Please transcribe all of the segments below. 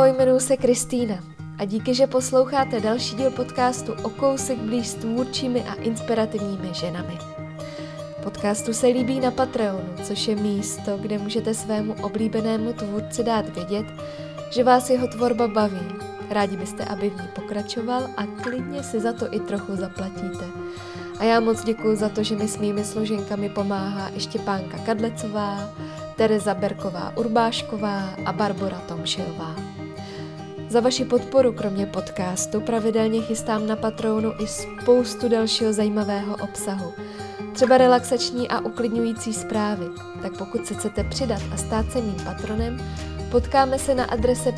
Ahoj, jmenuji se Kristýna a díky, že posloucháte další díl podcastu O kousek blíž s tvůrčími a inspirativními ženami. Podcastu se líbí na Patreonu, což je místo, kde můžete svému oblíbenému tvůrci dát vědět, že vás jeho tvorba baví. Rádi byste, aby v ní pokračoval a klidně si za to i trochu zaplatíte. A já moc děkuji za to, že mi s mými složenkami pomáhá i Štěpánka Kadlecová, Tereza Berková-Urbášková a Barbora Tomšilová. Za vaši podporu kromě podcastu pravidelně chystám na Patreonu i spoustu dalšího zajímavého obsahu. Třeba relaxační a uklidňující zprávy. Tak pokud se chcete přidat a stát se mým patronem, potkáme se na adrese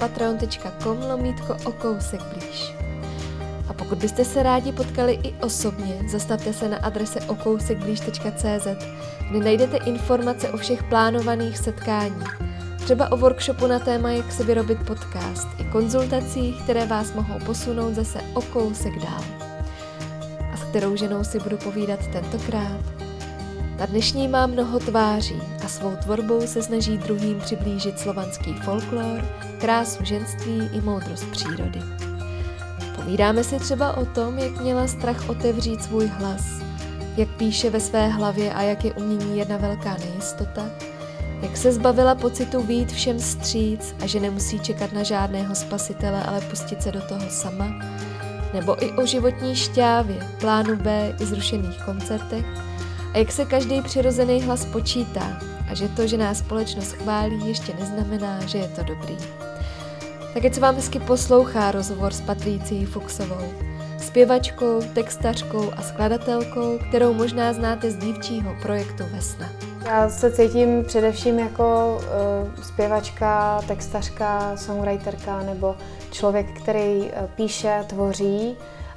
patreon.com/okousekblíž. A pokud byste se rádi potkali i osobně, zastavte se na adrese okousekblíž.cz, kde najdete informace o všech plánovaných setkáních. Třeba o workshopu na téma, jak si vyrobit podcast, i konzultacích, které vás mohou posunout zase o kousek dál. A s kterou ženou si budu povídat tentokrát? Ta dnešní má mnoho tváří a svou tvorbou se snaží druhým přiblížit slovanský folklor, krásu ženství i moudrost přírody. Povídáme si třeba o tom, jak měla strach otevřít svůj hlas, jak píše ve své hlavě a jak je umění jedna velká nejistota, jak se zbavila pocitu vyjít všem vstříc a že nemusí čekat na žádného spasitele, ale pustit se do toho sama, nebo i o životní šťávě, plánu B i zrušených koncertech a jak se každý přirozený hlas počítá a že to, že nás společnost chválí, ještě neznamená, že je to dobrý. Tak ať se vám hezky poslouchá rozhovor s Patricií Fuchsovou, zpěvačkou, textařkou a skladatelkou, kterou možná znáte z dívčího projektu Vesna. Já se cítím především jako zpěvačka, textařka, songwriterka nebo člověk, který píše, tvoří.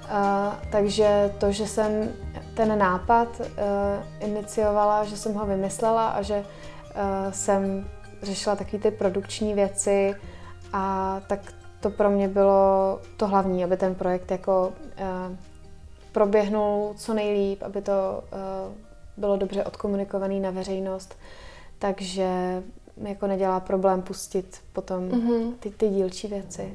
Takže to, že jsem ten nápad iniciovala, že jsem ho vymyslela a že jsem řešila takové ty produkční věci, a tak to pro mě bylo to hlavní, aby ten projekt jako proběhnul co nejlíp, aby to bylo dobře odkomunikovaný na veřejnost, takže jako nedělá problém pustit potom ty dílčí věci.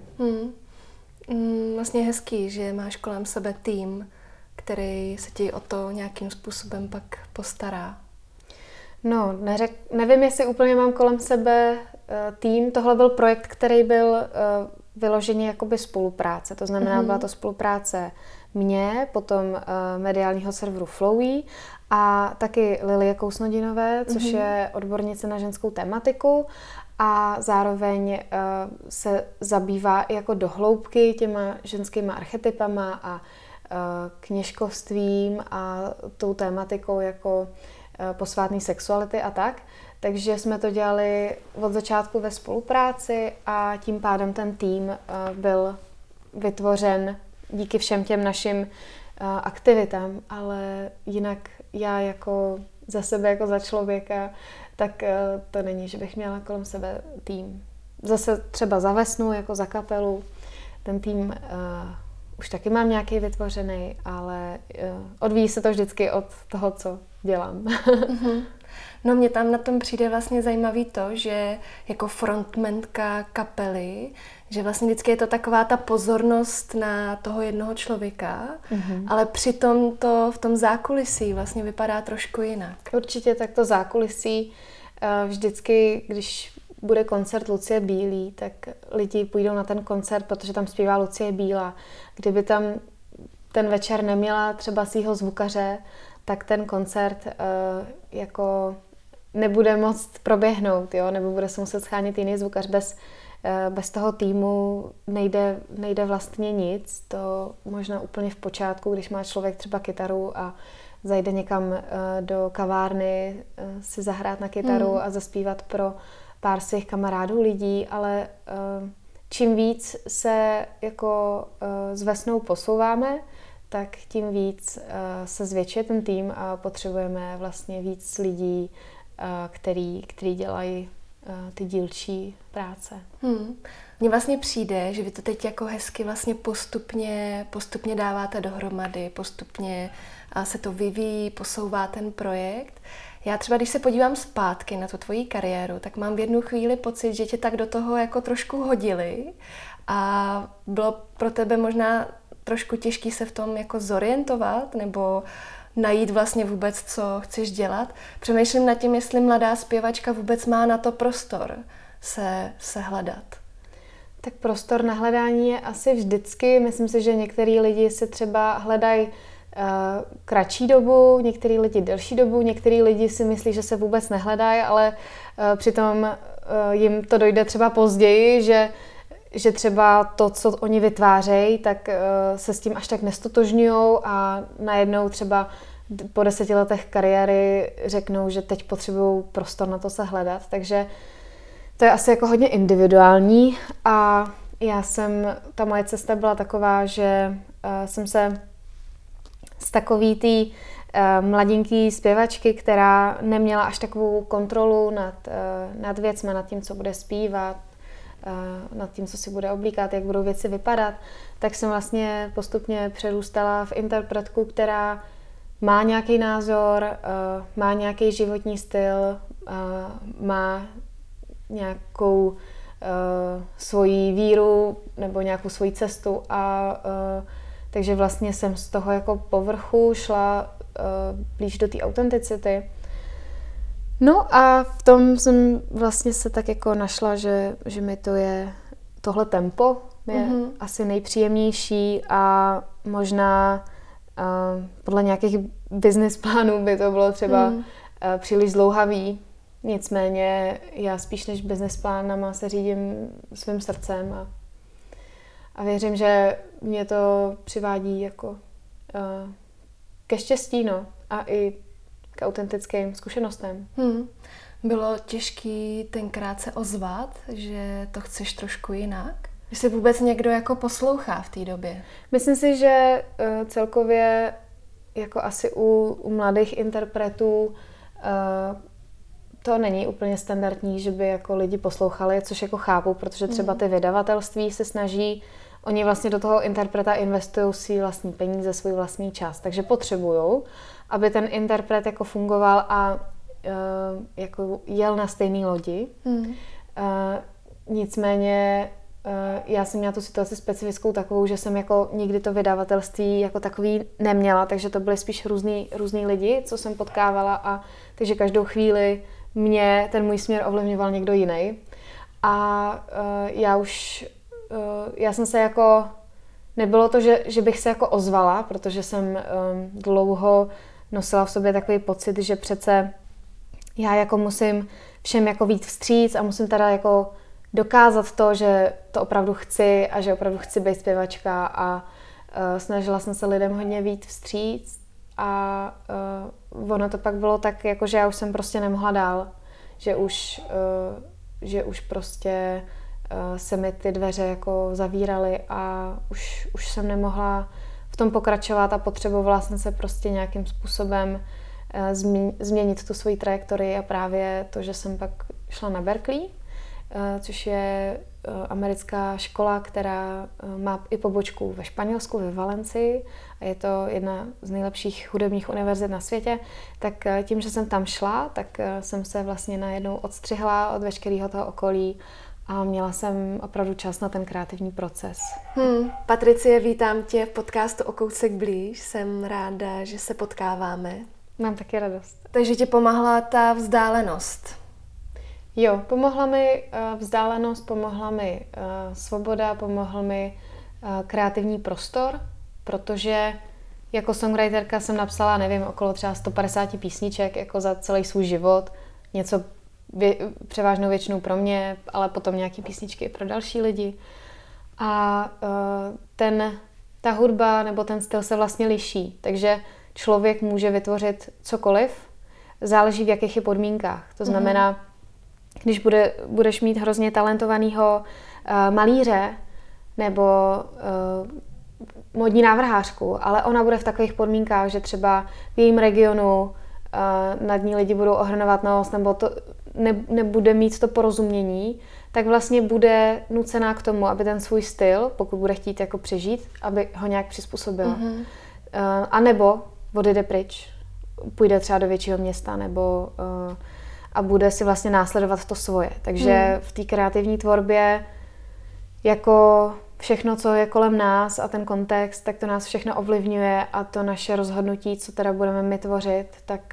Vlastně hezký, že máš kolem sebe tým, který se ti o to nějakým způsobem pak postará. No, nevím, jestli úplně mám kolem sebe tým. Tohle byl projekt, který byl vyloženě jakoby spolupráce. To znamená, byla to spolupráce mě, potom mediálního serveru Flowy a taky Lilie Kousnodinové, což je odbornice na ženskou tematiku a zároveň se zabývá i jako dohloubky těma ženskýma archetypama a kněžkovstvím a tou tematikou jako posvátné sexuality a tak. Takže jsme to dělali od začátku ve spolupráci a tím pádem ten tým byl vytvořen díky všem těm našim aktivitám, ale jinak já jako za sebe, jako za člověka, tak to není, že bych měla kolem sebe tým. Zase třeba za Vesnu, jako za kapelu, ten tým už taky mám nějaký vytvořený, ale odvíjí se to vždycky od toho, co dělám. No mně tam na tom přijde vlastně zajímavý to, že jako frontmentka kapely, že vlastně vždycky je to taková ta pozornost na toho jednoho člověka, ale přitom to v tom zákulisí vlastně vypadá trošku jinak. Určitě tak to zákulisí vždycky, když bude koncert Lucie Bílý, tak lidi půjdou na ten koncert, protože tam zpívá Lucie Bílá. Kdyby tam ten večer neměla třeba svýho zvukaře, tak ten koncert jako nebude moct proběhnout, jo? Nebo bude se muset schánit jiný zvukař. Bez toho týmu nejde vlastně nic. To možná úplně v počátku, když má člověk třeba kytaru a zajde někam do kavárny si zahrát na kytaru a zaspívat pro pár svých kamarádů lidí, ale čím víc se jako s Vesnou posouváme, tak tím víc se zvětšuje ten tým a potřebujeme vlastně víc lidí, který dělají ty dílčí práce. Mně vlastně přijde, že vy to teď jako hezky vlastně postupně dáváte dohromady, postupně se to vyvíjí, posouvá ten projekt. Já třeba, když se podívám zpátky na tu tvoji kariéru, tak mám v jednu chvíli pocit, že tě tak do toho jako trošku hodili a bylo pro tebe možná trošku těžký se v tom jako zorientovat nebo najít vlastně vůbec, co chceš dělat. Přemýšlím nad tím, jestli mladá zpěvačka vůbec má na to prostor se hledat. Tak prostor na hledání je asi vždycky. Myslím si, že některý lidi se třeba hledají kratší dobu, některý lidi delší dobu, některý lidi si myslí, že se vůbec nehledají, ale přitom jim to dojde třeba později, že třeba to, co oni vytvářejí, tak se s tím až tak nestotožňují a najednou třeba po 10 letech kariéry řeknou, že teď potřebují prostor na to se hledat. Takže to je asi jako hodně individuální a ta moje cesta byla taková, že jsem se z takový té mladinký zpěvačky, která neměla až takovou kontrolu nad věcmi, nad tím, co bude zpívat, nad tím, co si bude oblíkat, jak budou věci vypadat, tak jsem vlastně postupně přerůstala v interpretku, která má nějaký názor, má nějaký životní styl, má nějakou svoji víru nebo nějakou svoji cestu a takže vlastně jsem z toho jako povrchu šla blíž do té autenticity. No a v tom jsem vlastně se tak jako našla, že mi tohle tempo je asi nejpříjemnější a možná podle nějakých business plánů by to bylo třeba příliš zdlouhavý. Nicméně já spíš než business plánama se řídím svým srdcem a věřím, že mě to přivádí jako ke štěstí, no, a i k autentickým zkušenostem. Bylo těžký tenkrát se ozvat, že to chceš trošku jinak? Že se vůbec někdo jako poslouchá v té době? Myslím si, že celkově jako asi u mladých interpretů to není úplně standardní, že by jako lidi poslouchali, což jako chápu, protože třeba ty vydavatelství se snaží, oni vlastně do toho interpreta investují si vlastní peníze, svůj vlastní čas, takže potřebujou, aby ten interpret jako fungoval a jako jel na stejné lodi. Nicméně já jsem měla tu situaci specifickou takovou, že jsem jako nikdy to vydavatelství jako takový neměla, takže to byly spíš různý lidi, co jsem potkávala a takže každou chvíli mě ten můj směr ovlivňoval někdo jiný. A já jsem se jako, nebylo to, že bych se jako ozvala, protože jsem dlouho nosila v sobě takový pocit, že přece já jako musím všem jako vyjít vstříc a musím teda jako dokázat to, že to opravdu chci a že opravdu chci být zpěvačka a snažila jsem se lidem hodně vyjít vstříc a ono to pak bylo tak, jako že já už jsem prostě nemohla dál, že už prostě se mi ty dveře jako zavíraly a už jsem nemohla v tom pokračovat a potřebovala jsem se prostě nějakým způsobem změnit tu svoji trajektorii a právě to, že jsem pak šla na Berklee, což je americká škola, která má i pobočku ve Španělsku, ve Valencii a je to jedna z nejlepších hudebních univerzit na světě, tak tím, že jsem tam šla, tak jsem se vlastně najednou odstřihla od veškerého toho okolí a měla jsem opravdu čas na ten kreativní proces. Patricie, vítám tě v podcastu O kousek blíž. Jsem ráda, že se potkáváme. Mám taky radost. Takže ti pomohla ta vzdálenost. Jo, pomohla mi vzdálenost, pomohla mi svoboda, pomohl mi kreativní prostor, protože jako songwriterka jsem napsala, nevím, okolo třeba 150 písniček jako za celý svůj život. Něco převážnou většinou pro mě, ale potom nějaký písničky i pro další lidi. A ta hudba nebo ten styl se vlastně liší, takže člověk může vytvořit cokoliv, záleží v jakých je podmínkách. To znamená, když budeš mít hrozně talentovaného malíře nebo modní návrhářku, ale ona bude v takových podmínkách, že třeba v jejím regionu nad ní lidi budou ohrnovat nos nebo to nebude mít to porozumění, tak vlastně bude nucená k tomu, aby ten svůj styl, pokud bude chtít jako přežít, aby ho nějak přizpůsobila. A nebo odjede pryč. půjde třeba do většího města nebo a bude si vlastně následovat to svoje. Takže v té kreativní tvorbě jako všechno, co je kolem nás a ten kontext, tak to nás všechno ovlivňuje a to naše rozhodnutí, co teda budeme my tvořit,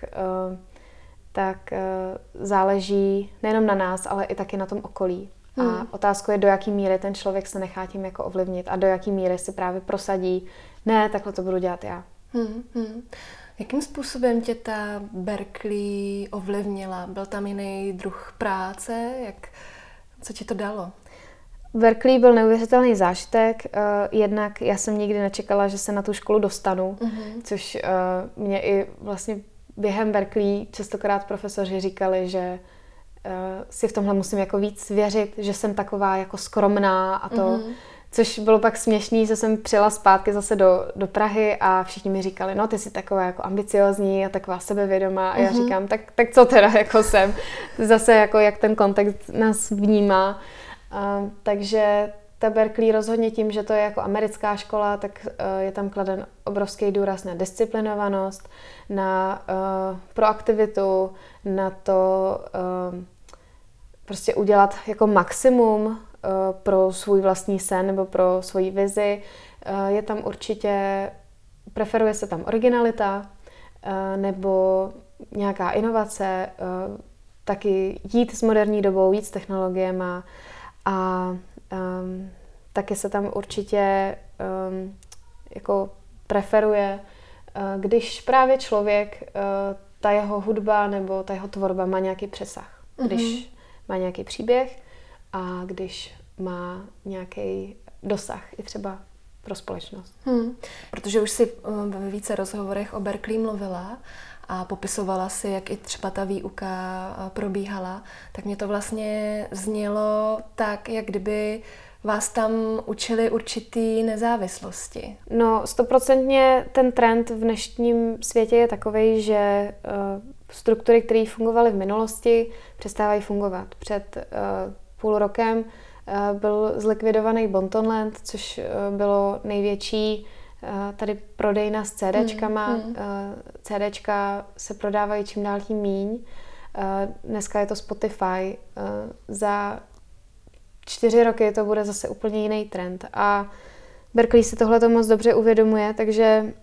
tak záleží nejenom na nás, ale i taky na tom okolí. A otázkou je, do jaký míry ten člověk se nechá tím jako ovlivnit a do jaký míry si právě prosadí, ne, takhle to budu dělat já. Jakým způsobem tě ta Berkeley ovlivnila? Byl tam jiný druh práce? Co ti to dalo? Berkeley byl neuvěřitelný zážitek. Jednak já jsem nikdy nečekala, že se na tu školu dostanu, což mě i vlastně během Berkeley častokrát profesoři říkali, že si v tomhle musím jako víc věřit, že jsem taková jako skromná a to, což bylo pak směšný, že jsem přijela zpátky zase do Prahy a všichni mi říkali, no ty jsi taková jako ambiciozní a taková sebevědomá a já říkám, tak co teda jako jsem, zase jako jak ten kontext nás vnímá. Takže ta Berkeley rozhodně tím, že to je jako americká škola, tak je tam kladen obrovský důraz na disciplinovanost, na proaktivitu, na to prostě udělat jako maximum pro svůj vlastní sen nebo pro svoji vizi. Je tam určitě, preferuje se tam originalita nebo nějaká inovace, taky jít s moderní dobou, jít s technologiemi a taky se tam určitě jako preferuje, když právě člověk, ta jeho hudba nebo ta jeho tvorba má nějaký přesah. Když má nějaký příběh a když má nějaký dosah i třeba pro společnost. Protože už si ve více rozhovorech o Berkeley mluvila a popisovala si, jak i třeba ta výuka probíhala, tak mě to vlastně znělo tak, jak kdyby vás tam učili určitý nezávislosti. No, 100% ten trend v dnešním světě je takovej, že struktury, které fungovaly v minulosti, přestávají fungovat. Před půl rokem byl zlikvidovaný Bontonland, což bylo největší tady prodejna s CDčkama. CDčka se prodávají čím dál tím míň. Dneska je to Spotify. Za 4 roky to bude zase úplně jiný trend. A Berkeley si tohle moc dobře uvědomuje, takže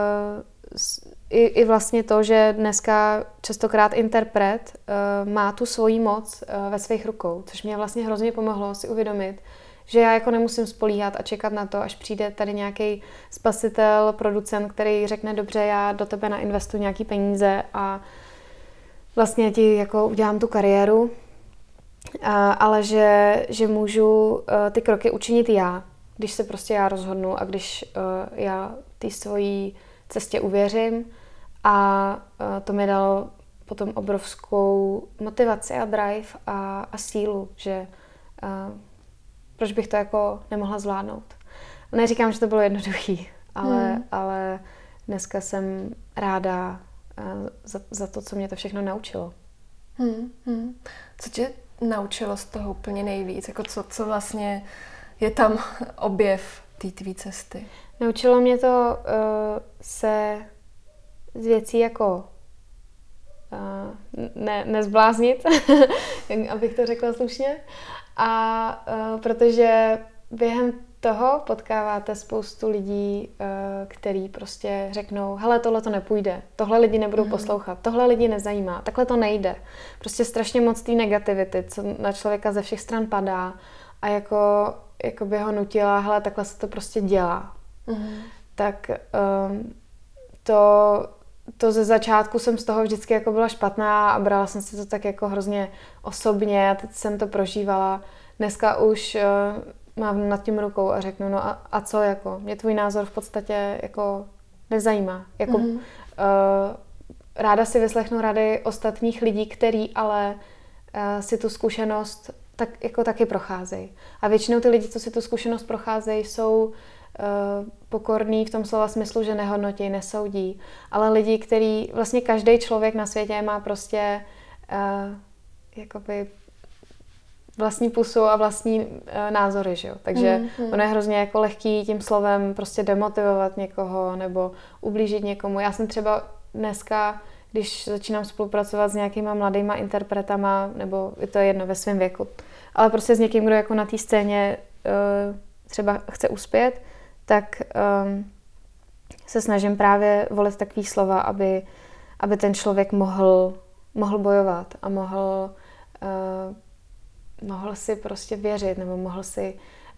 i vlastně to, že dneska častokrát interpret má tu svoji moc ve svých rukou, což mě vlastně hrozně pomohlo si uvědomit, že já jako nemusím spolíhat a čekat na to, až přijde tady nějaký spasitel, producent, který řekne, dobře, já do tebe nainvestuji nějaký peníze a vlastně ti jako udělám tu kariéru, ale že můžu ty kroky učinit já, když se prostě já rozhodnu a když já té svojí cestě uvěřím a to mi dalo potom obrovskou motivaci a drive a sílu, že proč bych to jako nemohla zvládnout. Neříkám, že to bylo jednoduchý, ale dneska jsem ráda za to, co mě to všechno naučilo. Co tě naučilo z toho úplně nejvíc? Jako co vlastně je tam objev té tvý cesty? Naučilo mě to se z věcí jako nezbláznit, abych to řekla slušně. A protože během toho potkáváte spoustu lidí, který prostě řeknou, hele, tohle to nepůjde, tohle lidi nebudou poslouchat, tohle lidi nezajímá, takhle to nejde. Prostě strašně moc té negativity, co na člověka ze všech stran padá a jako by ho nutila, hele, takhle se to prostě dělá. Tak to ze začátku jsem z toho vždycky jako byla špatná a brala jsem si to tak jako hrozně osobně a teď jsem to prožívala. Dneska už mám nad tím rukou a řeknu, no a co jako? Mě tvůj názor v podstatě jako nezajímá. Jako, ráda si vyslechnu rady ostatních lidí, který ale si tu zkušenost tak jako taky procházejí. A většinou ty lidi, co si tu zkušenost procházejí, jsou pokorný v tom slova smyslu, že nehodnotí, nesoudí. Ale lidi, který vlastně každý člověk na světě má prostě jakoby vlastní pusu a vlastní názory, že jo. Takže ono je hrozně jako lehký tím slovem prostě demotivovat někoho nebo ublížit někomu. Já jsem třeba dneska, když začínám spolupracovat s nějakýma mladýma interpretama, nebo je to jedno ve svém věku, ale prostě s někým, kdo jako na té scéně třeba chce uspět, tak se snažím právě volit takový slova, aby ten člověk mohl bojovat a mohl si prostě věřit, nebo mohl si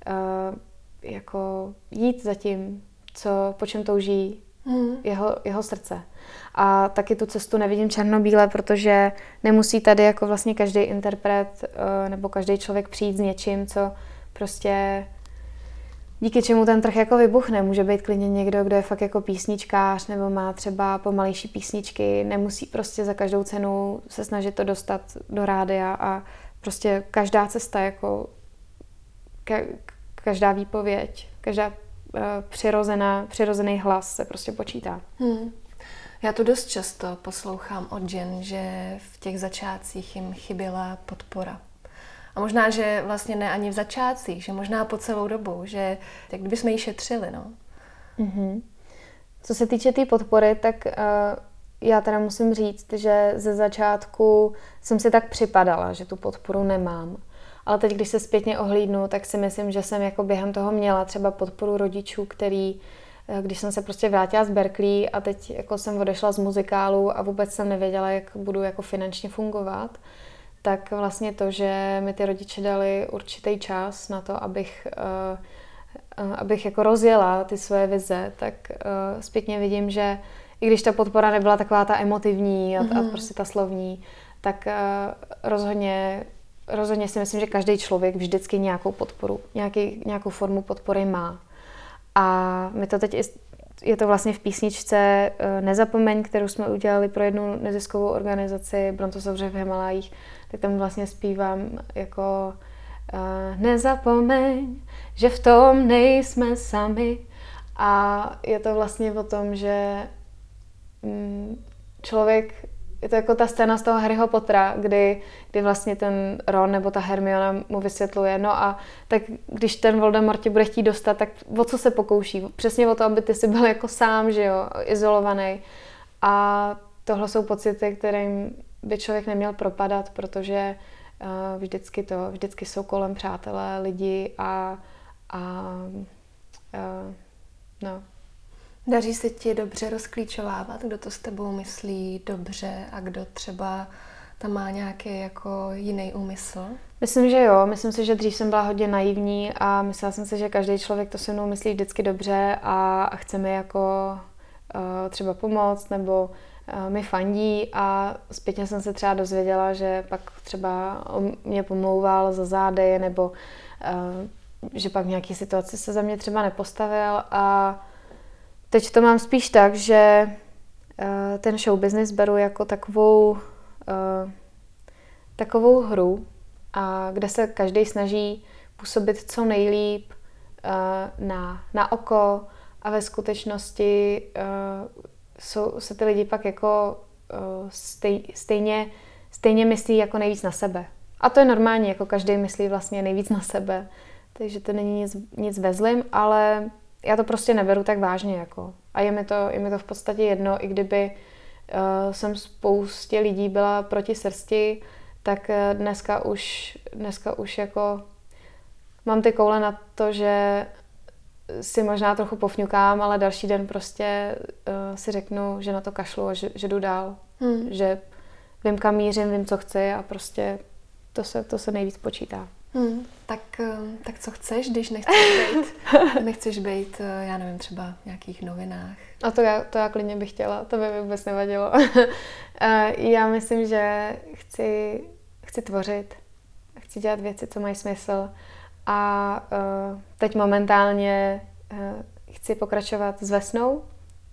jako jít za tím, po čem touží jeho srdce. A taky tu cestu nevidím černobíle, protože nemusí tady jako vlastně každý interpret nebo každý člověk přijít s něčím, co prostě díky čemu ten trh jako vybuchne. Může být klidně někdo, kdo je fakt jako písničkář nebo má třeba pomalejší písničky, nemusí prostě za každou cenu se snažit to dostat do rádia a prostě každá cesta, jako každá výpověď, každá přirozený hlas se prostě počítá. Já tu dost často poslouchám od žen, že v těch začátcích jim chyběla podpora. A možná, že vlastně ne ani v začátcích, že možná po celou dobu, že jak kdybychom ji šetřili, no. Co se týče té podpory, tak já teda musím říct, že ze začátku jsem si tak připadala, že tu podporu nemám. Ale teď, když se zpětně ohlídnu, tak si myslím, že jsem jako během toho měla třeba podporu rodičů, když jsem se prostě vrátila z Berkeley a teď jako jsem odešla z muzikálu a vůbec jsem nevěděla, jak budu jako finančně fungovat, tak vlastně to, že mi ty rodiče dali určitý čas na to, abych jako rozjela ty svoje vize, tak zpětně vidím, že i když ta podpora nebyla taková ta emotivní a prostě ta slovní, tak rozhodně si myslím, že každý člověk vždycky nějakou podporu, nějakou formu podpory má. A my to teď je to vlastně v písničce Nezapomeň, kterou jsme udělali pro jednu neziskovou organizaci Brontosovře v Himalajích, tak tam vlastně zpívám jako nezapomeň, že v tom nejsme sami. A je to vlastně o tom, že člověk, je to jako ta scéna z toho Harryho Pottera, kdy vlastně ten Ron nebo ta Hermiona mu vysvětluje, no a tak když ten Voldemort tě bude chtít dostat, tak o co se pokouší? Přesně o to, aby ty si byl jako sám, že jo, izolovaný. A tohle jsou pocity, kterým by člověk neměl propadat, protože vždycky jsou kolem přátelé, lidi no. Daří se ti dobře rozklíčovávat, kdo to s tebou myslí dobře a kdo třeba tam má nějaký jako jiný úmysl? Myslím, že jo. Myslím si, že dřív jsem byla hodně naivní a myslela jsem si, že každý člověk to se mnou myslí vždycky dobře a chce mi jako třeba pomoct nebo mi fandí a zpětně jsem se třeba dozvěděla, že pak třeba mě pomlouval za zády nebo že pak v nějaké situaci se za mě třeba nepostavil a teď to mám spíš tak, že ten show business beru jako takovou hru, kde se každý snaží působit co nejlíp na oko a ve skutečnosti se ty lidi pak jako stejně myslí jako nejvíc na sebe. A to je normální, jako každý myslí vlastně nejvíc na sebe. Takže to není nic ve zlým, ale já to prostě neberu tak vážně. Jako. A je mi to v podstatě jedno, i kdyby jsem spoustě lidí byla proti srsti, tak dneska už jako mám ty koule na to, že si možná trochu pofňukám, ale další den prostě si řeknu, že na to kašlu a že jdu dál. Že vím, kam mířím, vím, co chci a prostě to se nejvíc počítá. Tak co chceš, když nechceš být, já nevím, třeba v nějakých novinách? A to já klidně bych chtěla, to by mi vůbec nevadilo. Já myslím, že chci tvořit, chci dělat věci, co mají smysl a teď chci pokračovat s Vesnou.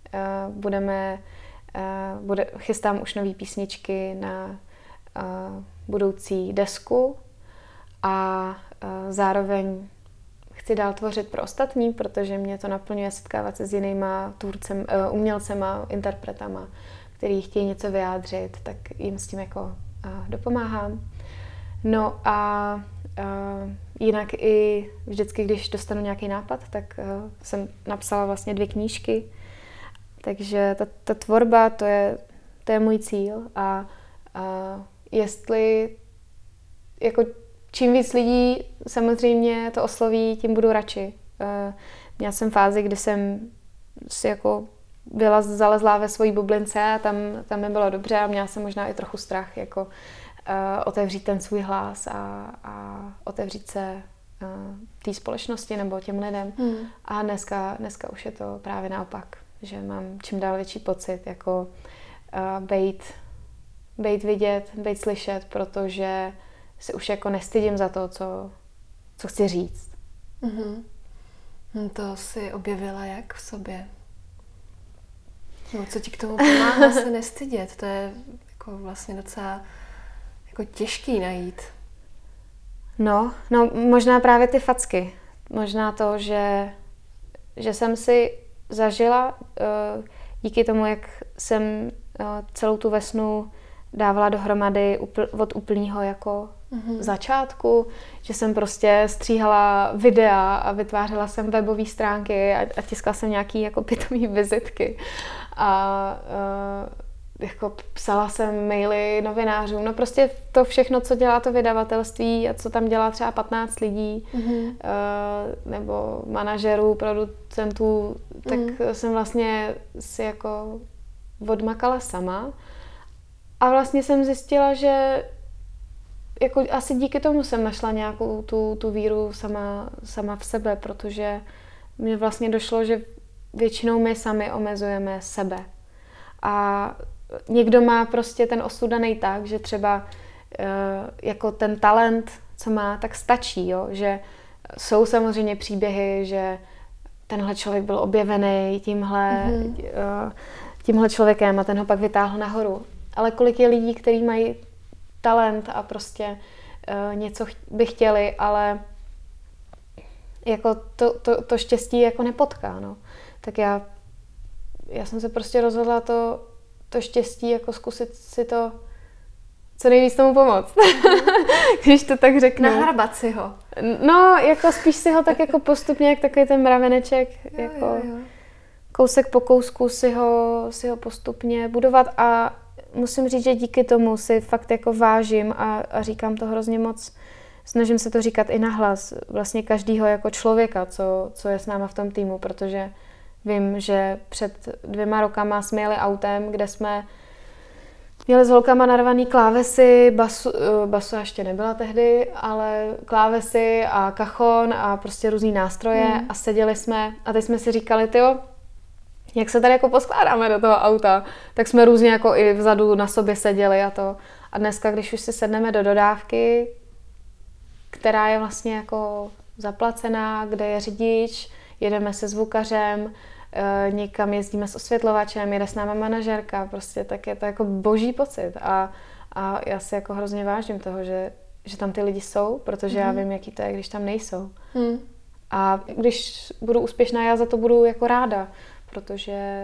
Chystám už nový písničky na budoucí desku a zároveň chci dál tvořit pro ostatní, protože mě to naplňuje setkávat se s jinýma umělcema, interpretama, který chtějí něco vyjádřit, tak jim s tím jako dopomáhám. No a jinak i vždycky, když dostanu nějaký nápad, tak jsem napsala vlastně 2 knížky. Takže ta tvorba, to je můj cíl a jestli jako čím víc lidí samozřejmě to osloví, tím budu radši. Měla jsem fázi, kdy jsem si jako byla zalezlá ve svojí bublince a tam mi bylo dobře a měla jsem možná i trochu strach jako otevřít ten svůj hlas a otevřít se té společnosti nebo těm lidem. A dneska už je to právě naopak, že mám čím dál větší pocit jako bejt vidět, bejt slyšet, protože se už jako nestydím za to, co chci říct. To jsi objevila jak v sobě? No, co ti k tomu pomáhá se nestydět? To je jako vlastně docela jako těžký najít. No, možná právě ty facky. Možná to, že jsem si zažila díky tomu, jak jsem celou tu vesnu dávala dohromady od úplného jako začátku, že jsem prostě stříhala videa a vytvářela jsem webové stránky a tiskla jsem nějaký jako pitomý vizitky a jako psala jsem maily novinářům, no prostě to všechno, co dělá to vydavatelství a co tam dělá třeba 15 lidí nebo manažerů, producentů, tak jsem vlastně si jako odmakala sama a vlastně jsem zjistila, že jako asi díky tomu jsem našla nějakou tu víru sama v sebe, protože mi vlastně došlo, že většinou my sami omezujeme sebe. A někdo má prostě ten osud daný tak, že třeba jako ten talent, co má, tak stačí, jo? Že jsou samozřejmě příběhy, že tenhle člověk byl objevený tímhle člověkem a ten ho pak vytáhl nahoru. Ale kolik je lidí, kteří mají talent a prostě něco by chtěli, ale jako to štěstí jako nepotká, no. Tak já jsem se prostě rozhodla to štěstí jako zkusit si to co nejvíc tomu pomoct. Když to tak řeknu. Nahrabat si ho. No, jako spíš si ho tak jako postupně, jak takový ten mraveneček, jako kousek po kousku si ho postupně budovat a musím říct, že díky tomu si fakt jako vážím a říkám to hrozně moc. Snažím se to říkat i nahlas. Vlastně každýho jako člověka, co je s náma v tom týmu, protože vím, že před 2 rokama jsme jeli autem, kde jsme měli s holkama narvaný klávesy, basu ještě nebyla tehdy, ale klávesy a kachon a prostě různý nástroje a seděli jsme a teď jsme si říkali, tyjo, jak se tady jako poskládáme do toho auta, tak jsme různě jako i vzadu na sobě seděli a to. A dneska, když už si sedneme do dodávky, která je vlastně jako zaplacená, kde je řidič, jedeme se zvukařem, někam jezdíme s osvětlovačem, jede s náma manažerka, prostě tak je to jako boží pocit. A já si jako hrozně vážím toho, že tam ty lidi jsou, protože já vím, jaký to je, když tam nejsou. A když budu úspěšná, já za to budu jako ráda, protože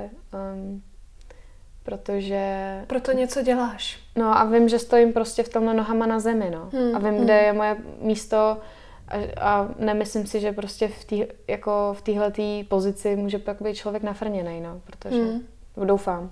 proto něco děláš. No a vím, že stojím prostě v tomhle nohama na zemi, no. A vím, kde je moje místo a nemyslím si, že prostě v téhletý pozici může pak být člověk nafrněnej, no, protože doufám.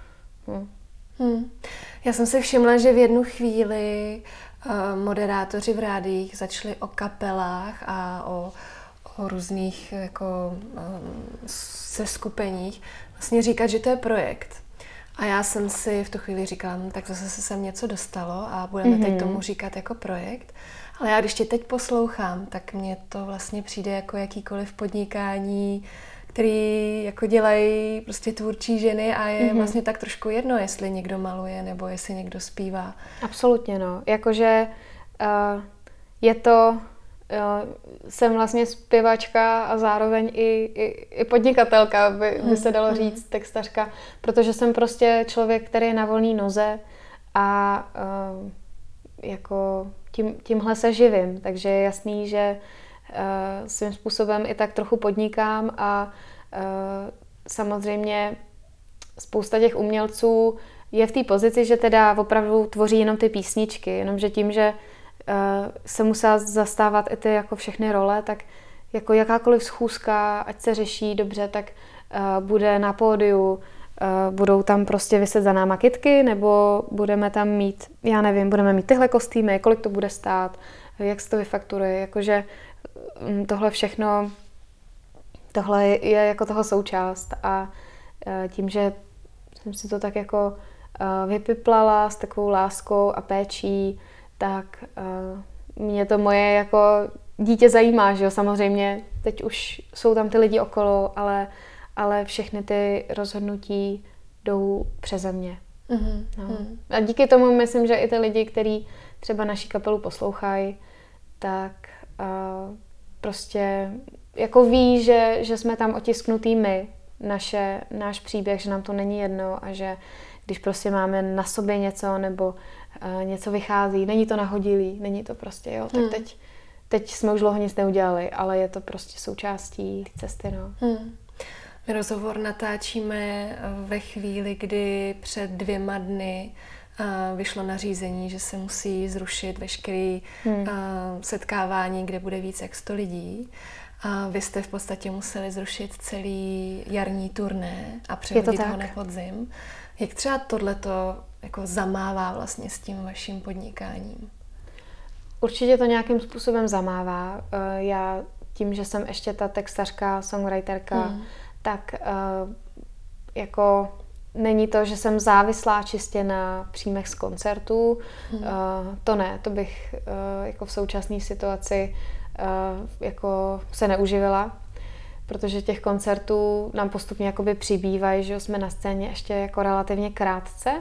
Já jsem si všimla, že v jednu chvíli moderátoři v rádiích začali o kapelách a o různých jako seskupeních vlastně říkat, že to je projekt. A já jsem si v tu chvíli říkala, tak zase se sem něco dostalo a budeme teď tomu říkat jako projekt. Ale já když tě teď poslouchám, tak mně to vlastně přijde jako jakýkoliv podnikání, který jako dělají prostě tvůrčí ženy a je vlastně tak trošku jedno, jestli někdo maluje nebo jestli někdo zpívá. Absolutně, no. Jakože je to... jsem vlastně zpěvačka a zároveň i podnikatelka, by se dalo říct, textařka, protože jsem prostě člověk, který je na volné noze a jako tímhle se živím, takže je jasný, že svým způsobem i tak trochu podnikám a samozřejmě spousta těch umělců je v té pozici, že teda opravdu tvoří jenom ty písničky, jenomže tím, že se musela zastávat i ty jako všechny role, tak jako jakákoliv schůzka, ať se řeší dobře, tak bude na pódiu, budou tam prostě viset za náma kytky, nebo budeme tam mít, já nevím, budeme mít tyhle kostýmy, kolik to bude stát, jak se to vyfakturuje, jakože tohle všechno, tohle je jako toho součást a tím, že jsem si to tak jako vypiplala s takovou láskou a péčí, tak mě to moje jako dítě zajímá, že jo, samozřejmě teď už jsou tam ty lidi okolo, ale všechny ty rozhodnutí jdou přeze mě. No. A díky tomu myslím, že i ty lidi, kteří třeba naši kapelu poslouchají, tak prostě jako ví, že jsme tam otisknutý my, náš příběh, že nám to není jedno a že když prostě máme na sobě něco nebo něco vychází, není to nahodilý, není to prostě, jo, tak teď jsme už dlouho nic neudělali, ale je to prostě součástí cesty, no. My rozhovor natáčíme ve chvíli, kdy před 2 dny vyšlo nařízení, že se musí zrušit veškeré setkávání, kde bude víc jak 100 lidí. A vy jste v podstatě museli zrušit celý jarní turné a přehodit ho na podzim. Jak třeba tohleto jako zamává vlastně s tím vaším podnikáním? Určitě to nějakým způsobem zamává. Já tím, že jsem ještě ta textařka, songwriterka, tak jako není to, že jsem závislá čistě na příjmech z koncertů. To ne, to bych jako v současné situaci jako se neuživila, protože těch koncertů nám postupně jakoby přibývají, že jsme na scéně ještě jako relativně krátce.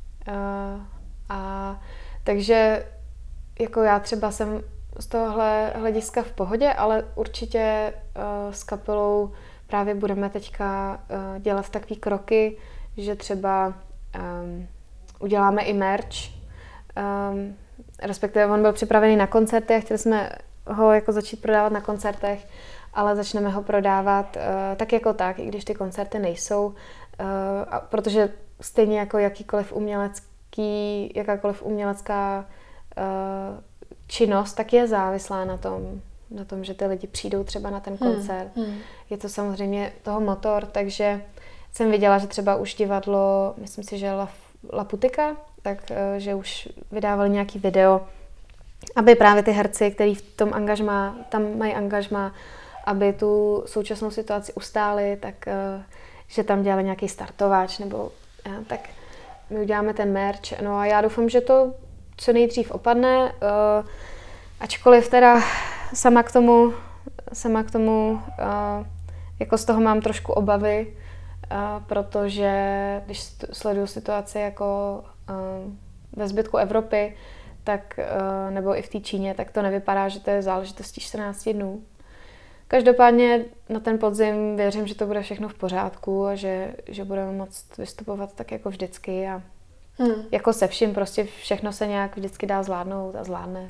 Takže jako já třeba jsem z tohohle hlediska v pohodě, ale určitě s kapelou právě budeme teďka dělat takový kroky, že třeba uděláme i merch, respektive on byl připravený na koncerty a chtěli jsme ho jako začít prodávat na koncertech, ale začneme ho prodávat tak jako tak, i když ty koncerty nejsou, protože stejně jako jakákoliv umělecká činnost, tak je závislá na tom, že ty lidi přijdou třeba na ten koncert. Je to samozřejmě toho motor, takže jsem viděla, že třeba už divadlo, myslím si, že La Putika, takže už vydávali nějaký video, aby právě ty herci, kteří v tom angažmá, tam mají angažmá, aby tu současnou situaci ustáli, tak že tam dělali nějaký startovač, nebo tak my uděláme ten merch. No a já doufám, že to co nejdřív opadne, ačkoliv teda sama k tomu jako z toho mám trošku obavy, protože když sleduju situaci jako ve zbytku Evropy, tak, nebo i v té Číně, tak to nevypadá, že to je záležitostí 14 dnů. Každopádně na ten podzim věřím, že to bude všechno v pořádku a že budeme moct vystupovat tak jako vždycky a jako se vším, prostě všechno se nějak vždycky dá zvládnout a zvládne.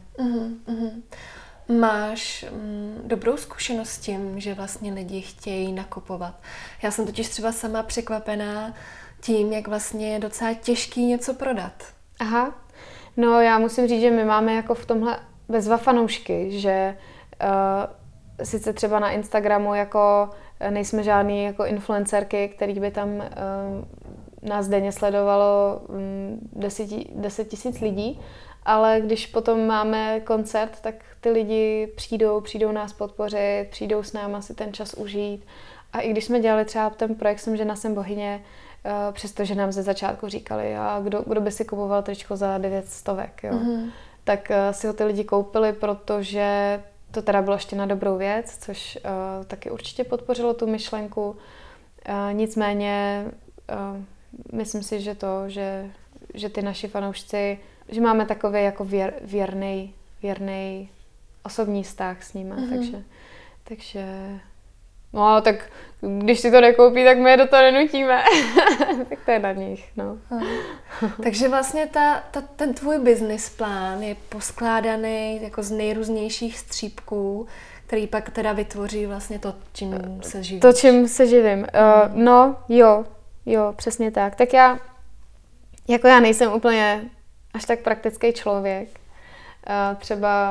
Máš dobrou zkušenost s tím, že vlastně lidi chtějí nakupovat. Já jsem totiž třeba sama překvapená tím, jak vlastně je docela těžký něco prodat. Aha, no já musím říct, že my máme jako v tomhle bezva fanoušky, že sice třeba na Instagramu jako nejsme žádný jako influencerky, který by tam nás denně sledovalo 10 000 lidí, ale když potom máme koncert, tak ty lidi přijdou nás podpořit, přijdou s náma si ten čas užít. A i když jsme dělali třeba ten projekt Jsem žena, jsem bohyně, přestože nám ze začátku říkali, a kdo by si kupoval tričko za 900, jo? Tak si ho ty lidi koupili, protože to teda bylo ještě na dobrou věc, což taky určitě podpořilo tu myšlenku. Nicméně myslím si, že ty naši fanoušci, že máme takový jako věrný osobní vztah s nimi, takže no, tak když si to nekoupí, tak my je do toho nenutíme. Tak to je na nich, no. Takže vlastně ten tvůj business plán je poskládaný jako z nejrůznějších střípků, který pak teda vytvoří vlastně to, čím se živíš. To, čím se živím. No, jo, přesně tak. Tak já nejsem úplně až tak praktický člověk. Třeba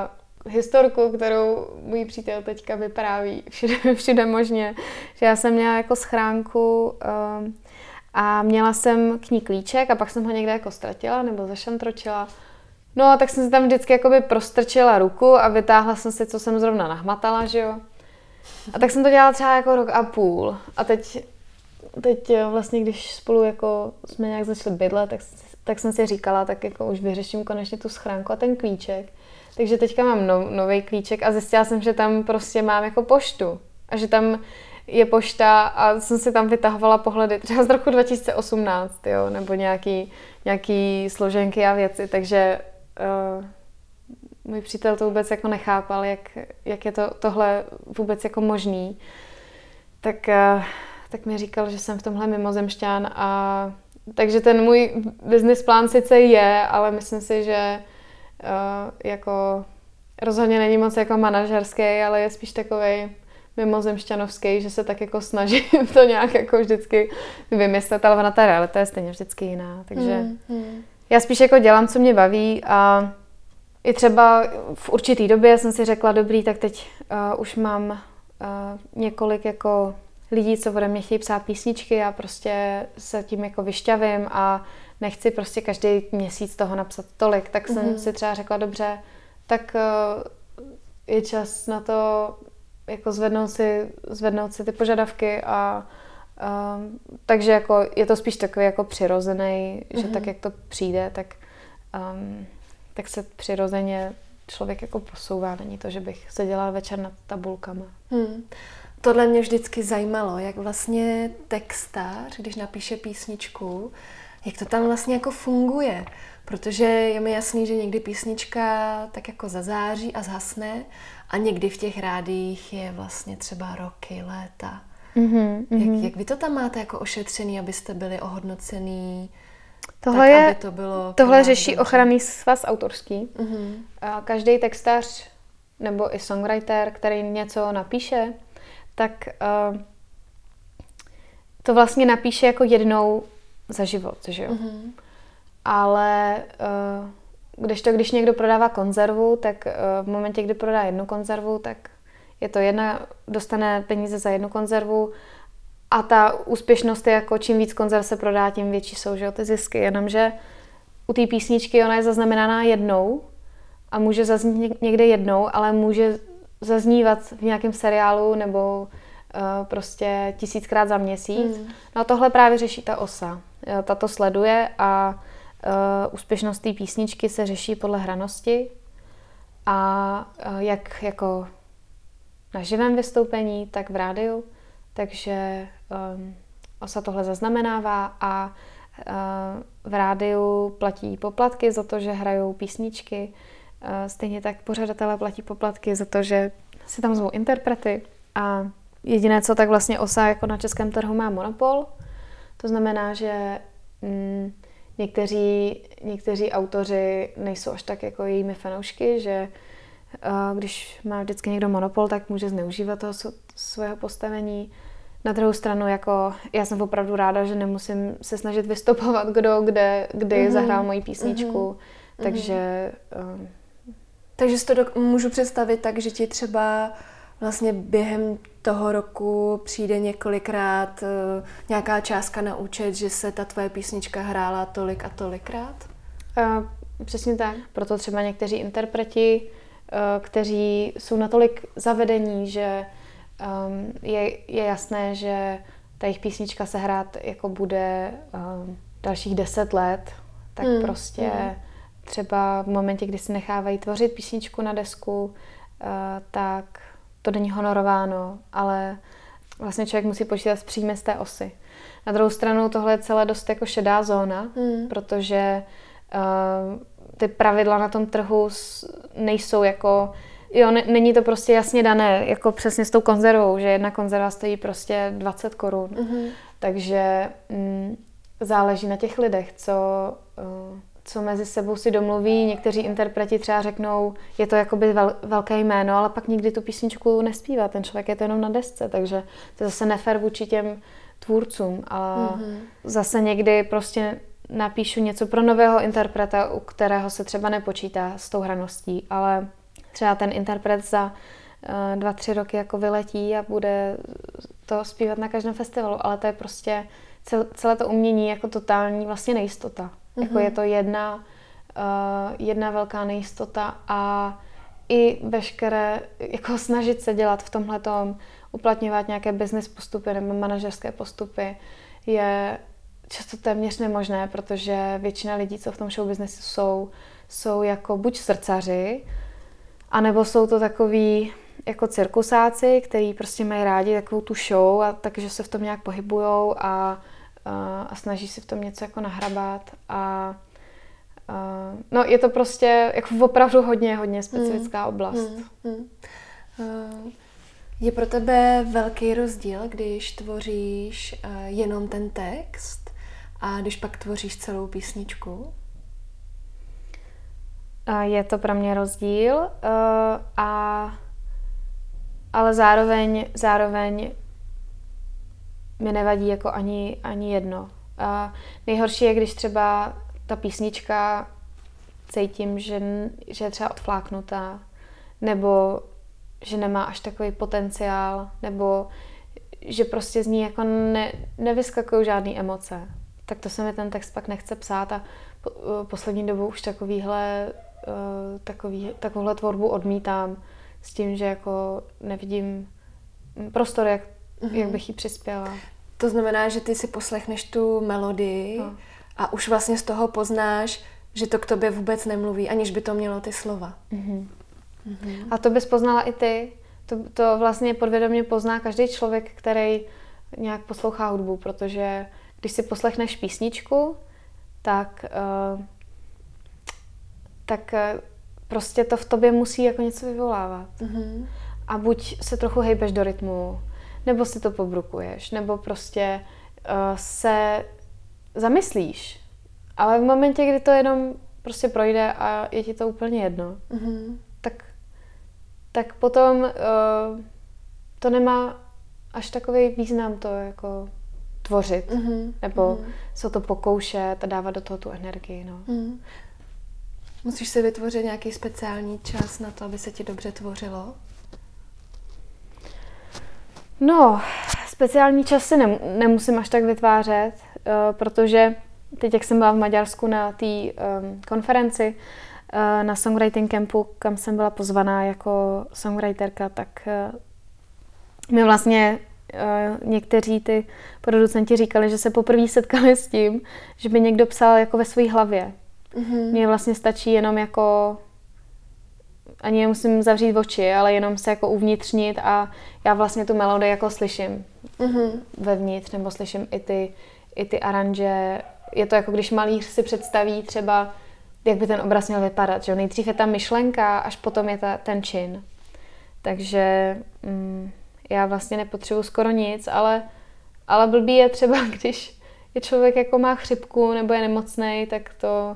historku, kterou můj přítel teďka vypráví všude možně, že já jsem měla jako schránku a měla jsem k ní klíček a pak jsem ho někde jako ztratila nebo zašantročila. No a tak jsem si tam vždycky jakoby prostrčila ruku a vytáhla jsem si, co jsem zrovna nahmatala, že jo. A tak jsem to dělala třeba jako rok a půl. A teď vlastně, když spolu jako jsme nějak začali bydlet, tak jsem si říkala, tak jako už vyřeším konečně tu schránku a ten klíček. Takže teďka mám nový klíček a zjistila jsem, že tam prostě mám jako poštu. A že tam je pošta a jsem si tam vytahovala pohledy třeba z roku 2018, jo, nebo nějaký složenky a věci, takže můj přítel to vůbec jako nechápal, jak je tohle vůbec jako možný. Tak mi říkal, že jsem v tomhle mimozemšťan a takže ten můj business plán sice je, ale myslím si, že jako rozhodně není moc jako manažerský, ale je spíš takovej mimozemšťanovský, že se tak jako snažím to nějak jako vždycky vymyslet, ale ona ta realita je stejně vždycky jiná, takže já spíš jako dělám, co mě baví a i třeba v určitý době jsem si řekla, dobrý, tak teď už mám několik jako lidí, co ode mě chtějí psát písničky a prostě se tím jako vyšťavím a nechci prostě každý měsíc toho napsat tolik, tak jsem si třeba řekla, dobře, tak je čas na to jako zvednout si ty požadavky a takže jako je to spíš takový jako přirozený, že tak, jak to přijde, tak se přirozeně člověk jako posouvá, není to, že bych seděla večer nad tabulkama. Tohle mě vždycky zajímalo, jak vlastně textař, když napíše písničku, jak to tam vlastně jako funguje. Protože je mi jasný, že někdy písnička tak jako zazáří a zhasne a někdy v těch rádiích je vlastně třeba roky, léta. Jak vy to tam máte jako ošetřený, abyste byli ohodnocený? Tohle řeší ochranný svaz autorský. Každý textař nebo i songwriter, který něco napíše, tak to vlastně napíše jako jednou za život, že jo? Ale když někdo prodává konzervu, tak v momentě, kdy prodá jednu konzervu, tak je to dostane peníze za jednu konzervu a ta úspěšnost je jako čím víc konzerv se prodá, tím větší jsou, že jo, ty zisky. Jenomže u té písničky ona je zaznamenaná jednou a může zaznít někde jednou, ale může zaznívat v nějakém seriálu nebo prostě 1000krát za měsíc. No a tohle právě řeší ta OSA. Ta to sleduje a úspěšnost té písničky se řeší podle hranosti a jak jako na živém vystoupení, tak v rádiu. Takže OSA tohle zaznamenává a v rádiu platí poplatky za to, že hrajou písničky. Stejně tak pořadatelé platí poplatky za to, že si tam zvou interprety. A jediné, co tak vlastně OSA jako na českém trhu má monopol. To znamená, že někteří autoři nejsou až tak jako jejími fanoušky, že když má vždycky někdo monopol, tak může zneužívat toho svého postavení. Na druhou stranu, jako já jsem opravdu ráda, že nemusím se snažit vystupovat, kdy zahrál moji písničku. Takže si to můžu představit tak, že ti třeba vlastně během toho roku přijde několikrát nějaká částka na účet, že se ta tvoje písnička hrála tolik a tolikrát? Přesně tak. Proto třeba někteří interpreti, kteří jsou natolik zavedení, že je jasné, že ta jejich písnička se hrát jako bude dalších 10 let, tak prostě třeba v momentě, kdy si nechávají tvořit písničku na desku, tak to není honorováno, ale vlastně člověk musí počítat s příjmy z té OSY. Na druhou stranu tohle je celé dost jako šedá zóna, protože ty pravidla na tom trhu nejsou jako, není to prostě jasně dané, jako přesně s tou konzervou, že jedna konzerva stojí prostě 20 korun. Takže záleží na těch lidech, co mezi sebou si domluví. Někteří interpreti třeba řeknou, je to jakoby velké jméno, ale pak nikdy tu písničku nespívá. Ten člověk je to jenom na desce, takže to je zase nefér vůči těm tvůrcům. A zase někdy prostě napíšu něco pro nového interpreta, u kterého se třeba nepočítá s tou hraností, ale třeba ten interpret za 2-3 roky jako vyletí a bude to zpívat na každém festivalu, ale to je prostě celé to umění jako totální vlastně nejistota. Jako je to jedna velká nejistota a i veškeré, jako snažit se dělat v tomhletom, uplatňovat nějaké business postupy nebo manažerské postupy je často téměř nemožné, protože většina lidí, co v tom show businessu jsou jako buď srdcaři, anebo jsou to takový jako cirkusáci, kteří prostě mají rádi takovou tu show a takže se v tom nějak pohybujou a snaží si v tom něco jako nahrabat a no je to prostě jako opravdu hodně specifická oblast. Je pro tebe velký rozdíl, když tvoříš jenom ten text a když pak tvoříš celou písničku? Je to pro mě rozdíl, ale zároveň mi nevadí jako ani jedno. Nejhorší je, když třeba ta písnička cítím, že je třeba odfláknutá, nebo že nemá až takový potenciál, nebo že prostě z ní jako nevyskakují žádné emoce. Tak to se mi ten text pak nechce psát a poslední dobou už takovouhle tvorbu odmítám s tím, že jako nevidím prostor, jak bych jí přispěla. To znamená, že ty si poslechneš tu melodii a už vlastně z toho poznáš, že to k tobě vůbec nemluví, aniž by to mělo ty slova. A to bys poznala i ty. To vlastně podvědomě pozná každý člověk, který nějak poslouchá hudbu, protože když si poslechneš písničku, tak prostě to v tobě musí jako něco vyvolávat. A buď se trochu hejbeš do rytmu, nebo si to pobrukuješ, nebo prostě se zamyslíš. Ale v momentě, kdy to jenom prostě projde a je ti to úplně jedno, tak potom to nemá až takový význam to jako tvořit, nebo se to pokoušet a dávat do toho tu energii. No. Musíš si vytvořit nějaký speciální čas na to, aby se ti dobře tvořilo? No, speciální čas si nemusím až tak vytvářet, protože teď, jak jsem byla v Maďarsku na té konferenci, na songwriting campu, kam jsem byla pozvaná jako songwriterka, tak mi vlastně někteří ty producenti říkali, že se poprvé setkali s tím, že by někdo psal jako ve své hlavě. Mně vlastně stačí jenom jako ani nemusím zavřít oči, ale jenom se jako uvnitřnit a já vlastně tu melodii jako slyším vevnitř, nebo slyším i ty aranže. Je to jako když malíř si představí třeba, jak by ten obraz měl vypadat. Že? Nejdřív je ta myšlenka, až potom je ten čin. Takže já vlastně nepotřebuji skoro nic, ale blbý je třeba, když je člověk jako má chřipku nebo je nemocnej, tak to...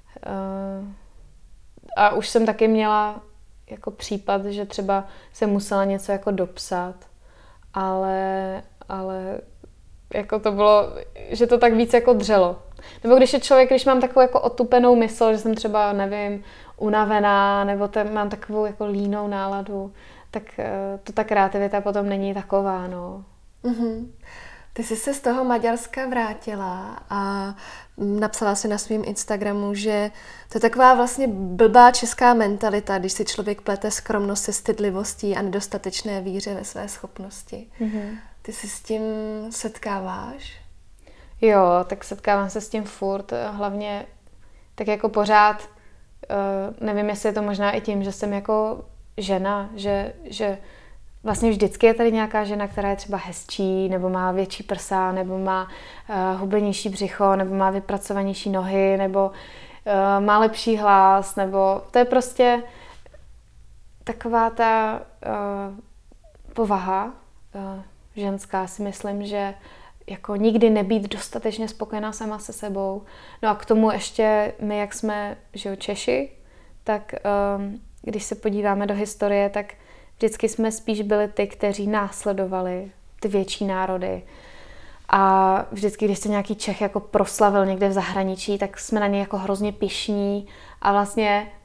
a už jsem taky měla jako případ, že třeba jsem musela něco jako dopsat, ale jako to bylo, že to tak víc jako dřelo. Nebo když mám takovou jako otupenou mysl, že jsem třeba, nevím, unavená, nebo mám takovou jako línou náladu, tak to ta kreativita potom není taková, no. Ty jsi se z toho Maďarska vrátila a napsala si na svém Instagramu, že to je taková vlastně blbá česká mentalita, když si člověk plete skromnost se stydlivostí a nedostatečné víře ve své schopnosti. Ty se s tím setkáváš? Jo, tak setkávám se s tím furt, hlavně tak jako pořád, nevím, jestli je to možná i tím, že jsem jako žena, že vlastně vždycky je tady nějaká žena, která je třeba hezčí, nebo má větší prsa, nebo má hubenější břicho, nebo má vypracovanější nohy, nebo má lepší hlas, nebo to je prostě taková ta povaha ženská, si myslím, že jako nikdy nebýt dostatečně spokojená sama se sebou. No a k tomu ještě my, jak jsme Češi, tak když se podíváme do historie, tak vždycky jsme spíš byli ty, kteří následovali ty větší národy. A vždycky, když se nějaký Čech jako proslavil někde v zahraničí, tak jsme na něj jako hrozně pyšní a vlastně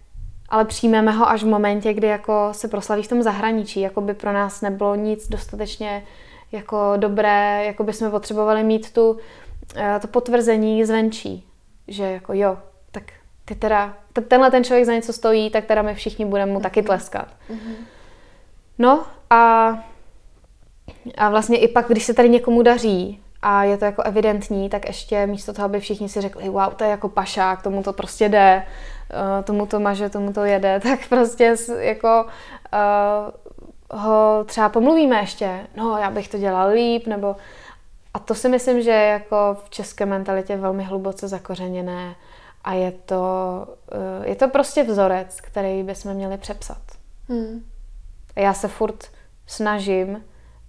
ale přijmeme ho až v momentě, kdy jako se proslaví v tom zahraničí, jako by pro nás nebylo nic dostatečně jako dobré, jako by jsme potřebovali mít to potvrzení zvenčí, že jako jo, tak ty teda, tenhle ten člověk za něco stojí, tak teda my všichni budeme mu taky tleskat. No a vlastně i pak, když se tady někomu daří a je to jako evidentní, tak ještě místo toho, aby všichni si řekli, wow, to je jako pašák, tomu to prostě jde, tomu to maže, tomu to jede, tak prostě jako ho třeba pomluvíme ještě, no já bych to dělal líp, nebo a to si myslím, že je jako v české mentalitě velmi hluboce zakořeněné a je to prostě vzorec, který bychom měli přepsat. A já se furt snažím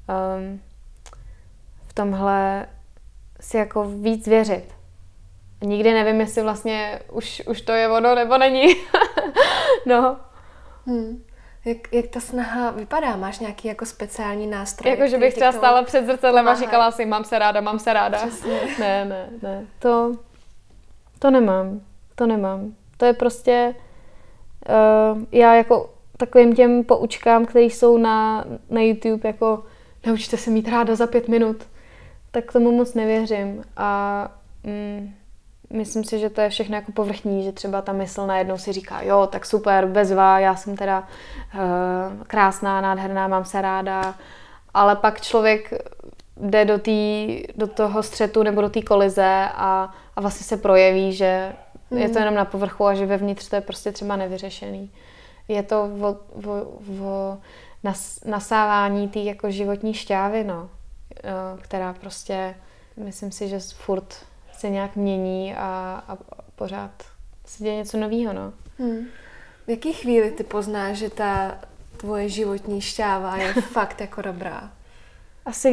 v tomhle si jako víc věřit. Nikdy nevím, jestli vlastně už to je ono, nebo není. No. Jak ta snaha vypadá? Máš nějaký jako speciální nástroj? Jako, že bych třeba stála před zrcadlem a říkala si, mám se ráda. Přesně. Ne. To nemám. To je prostě já jako takovým těm poučkám, které jsou na YouTube, jako naučte se mít ráda za 5 minut, tak tomu moc nevěřím. A myslím si, že to je všechno jako povrchní, že třeba ta mysl najednou si říká, jo, tak super, bezva, já jsem teda krásná, nádherná, mám se ráda, ale pak člověk jde do toho střetu nebo do té kolize a vlastně se projeví, že je to jenom na povrchu a že vevnitř to je prostě třeba nevyřešený. Je to o nasávání té jako životní šťávy, no, která prostě, myslím si, že furt se nějak mění a pořád se děje něco nového, no. V jaký chvíli ty poznáš, že ta tvoje životní šťáva je fakt jako dobrá? Asi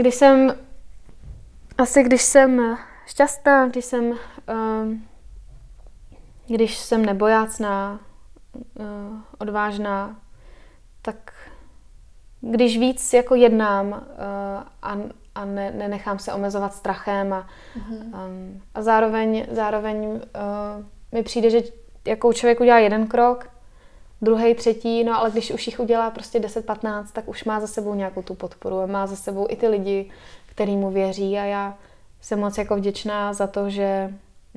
když jsem šťastná, když jsem nebojácná, odvážná, tak když víc jako jednám a nenechám se omezovat strachem a zároveň mi přijde, že jako člověk udělá jeden krok, druhý, třetí, no ale když už jich udělá prostě 10-15, tak už má za sebou nějakou tu podporu a má za sebou i ty lidi, který mu věří a já jsem moc jako vděčná za to, že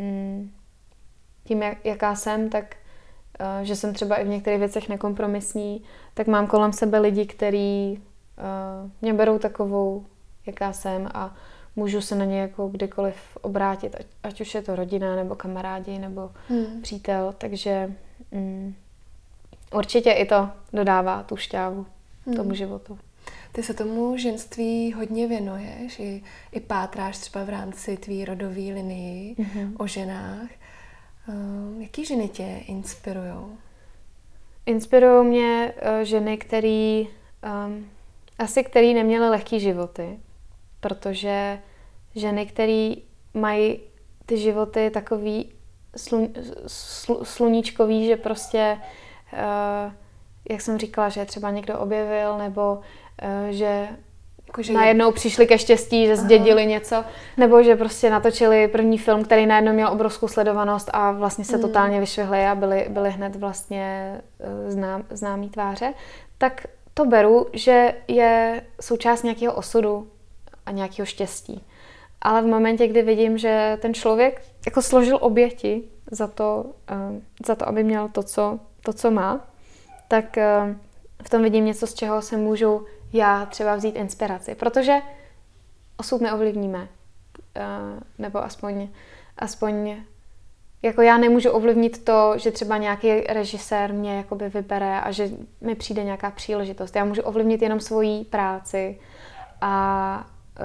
tím, jaká jsem, tak že jsem třeba i v některých věcech nekompromisní, tak mám kolem sebe lidi, kteří mě berou takovou, jaká jsem a můžu se na ně jako kdykoliv obrátit, ať už je to rodina, nebo kamarádi, nebo přítel, takže určitě i to dodává tu šťávu tomu životu. Ty se tomu ženství hodně věnuješ, i pátráš třeba v rámci tvý rodové linii o ženách. Jaký ženy tě inspirujou? Inspirují mě ženy, který neměly lehký životy, protože ženy, které mají ty životy takový sluníčkový, že prostě, jak jsem říkala, že třeba někdo objevil, nebo že najednou přišli ke štěstí, že zdědili něco, nebo že prostě natočili první film, který najednou měl obrovskou sledovanost a vlastně se totálně vyšvihli a byli hned vlastně známý tváře, tak to beru, že je součást nějakého osudu a nějakého štěstí. Ale v momentě, kdy vidím, že ten člověk jako složil oběti za to, aby měl to, co má, tak v tom vidím něco, z čeho se můžu já třeba vzít inspiraci. Protože osud neovlivníme. Nebo aspoň jako já nemůžu ovlivnit to, že třeba nějaký režisér mě jakoby vybere a že mi přijde nějaká příležitost. Já můžu ovlivnit jenom svoji práci a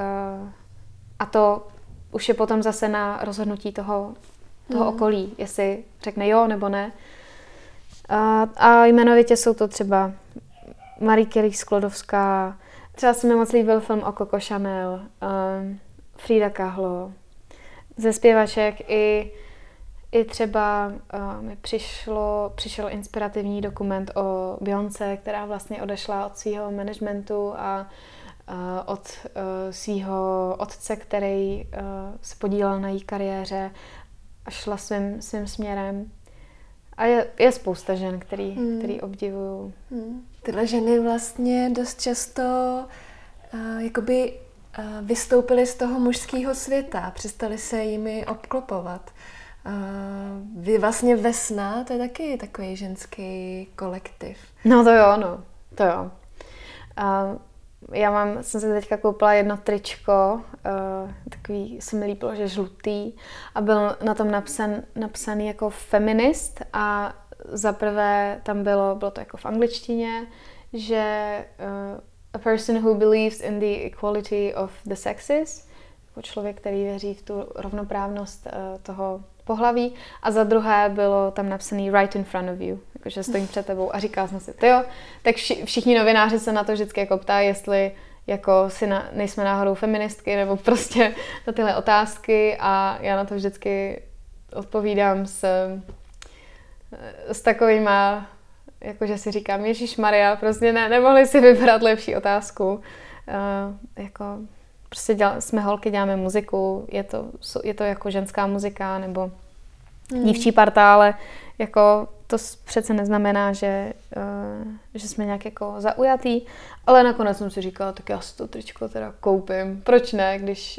to už je potom zase na rozhodnutí toho okolí, jestli řekne jo nebo ne. A jmenovitě jsou to třeba Marie Curie Sklodovská, třeba se mi moc líbil film o Coco Chanel, Frida Kahlo. Ze zpěvaček i třeba mi přišel inspirativní dokument o Beyoncé, která vlastně odešla od svého managementu a od svého otce, který se podílel na její kariéře a šla svým směrem. A je spousta žen, který obdivuju. Tyhle ženy vlastně dost často vystoupily z toho mužského světa, přestali se jimi obklopovat. Vy vlastně Vesna, to je taky takový ženský kolektiv. No to jo. Jsem si teďka koupila jedno tričko, takový se mi líbilo, že žlutý, a byl na tom napsaný jako feminist, a zaprvé tam bylo to jako v angličtině, že a person who believes in the equality of the sexes, jako člověk, který věří v tu rovnoprávnost toho pohlaví, a za druhé bylo tam napsaný right in front of you, jakože stojím před tebou, a říkala jsem si, tak všichni novináři se na to vždycky jako ptají, jestli jako nejsme náhodou feministky, nebo prostě na tyhle otázky, a já na to vždycky odpovídám s takovýma, jakože si říkám, Ježišmarja, prostě nemohli si vybrat lepší otázku. Prostě jsme holky, děláme muziku, je to jako ženská muzika nebo dívčí parta, ale jako to přece neznamená, že jsme nějak jako zaujatý, ale nakonec jsem si říkala, tak já si to tričko teda koupím. Proč ne,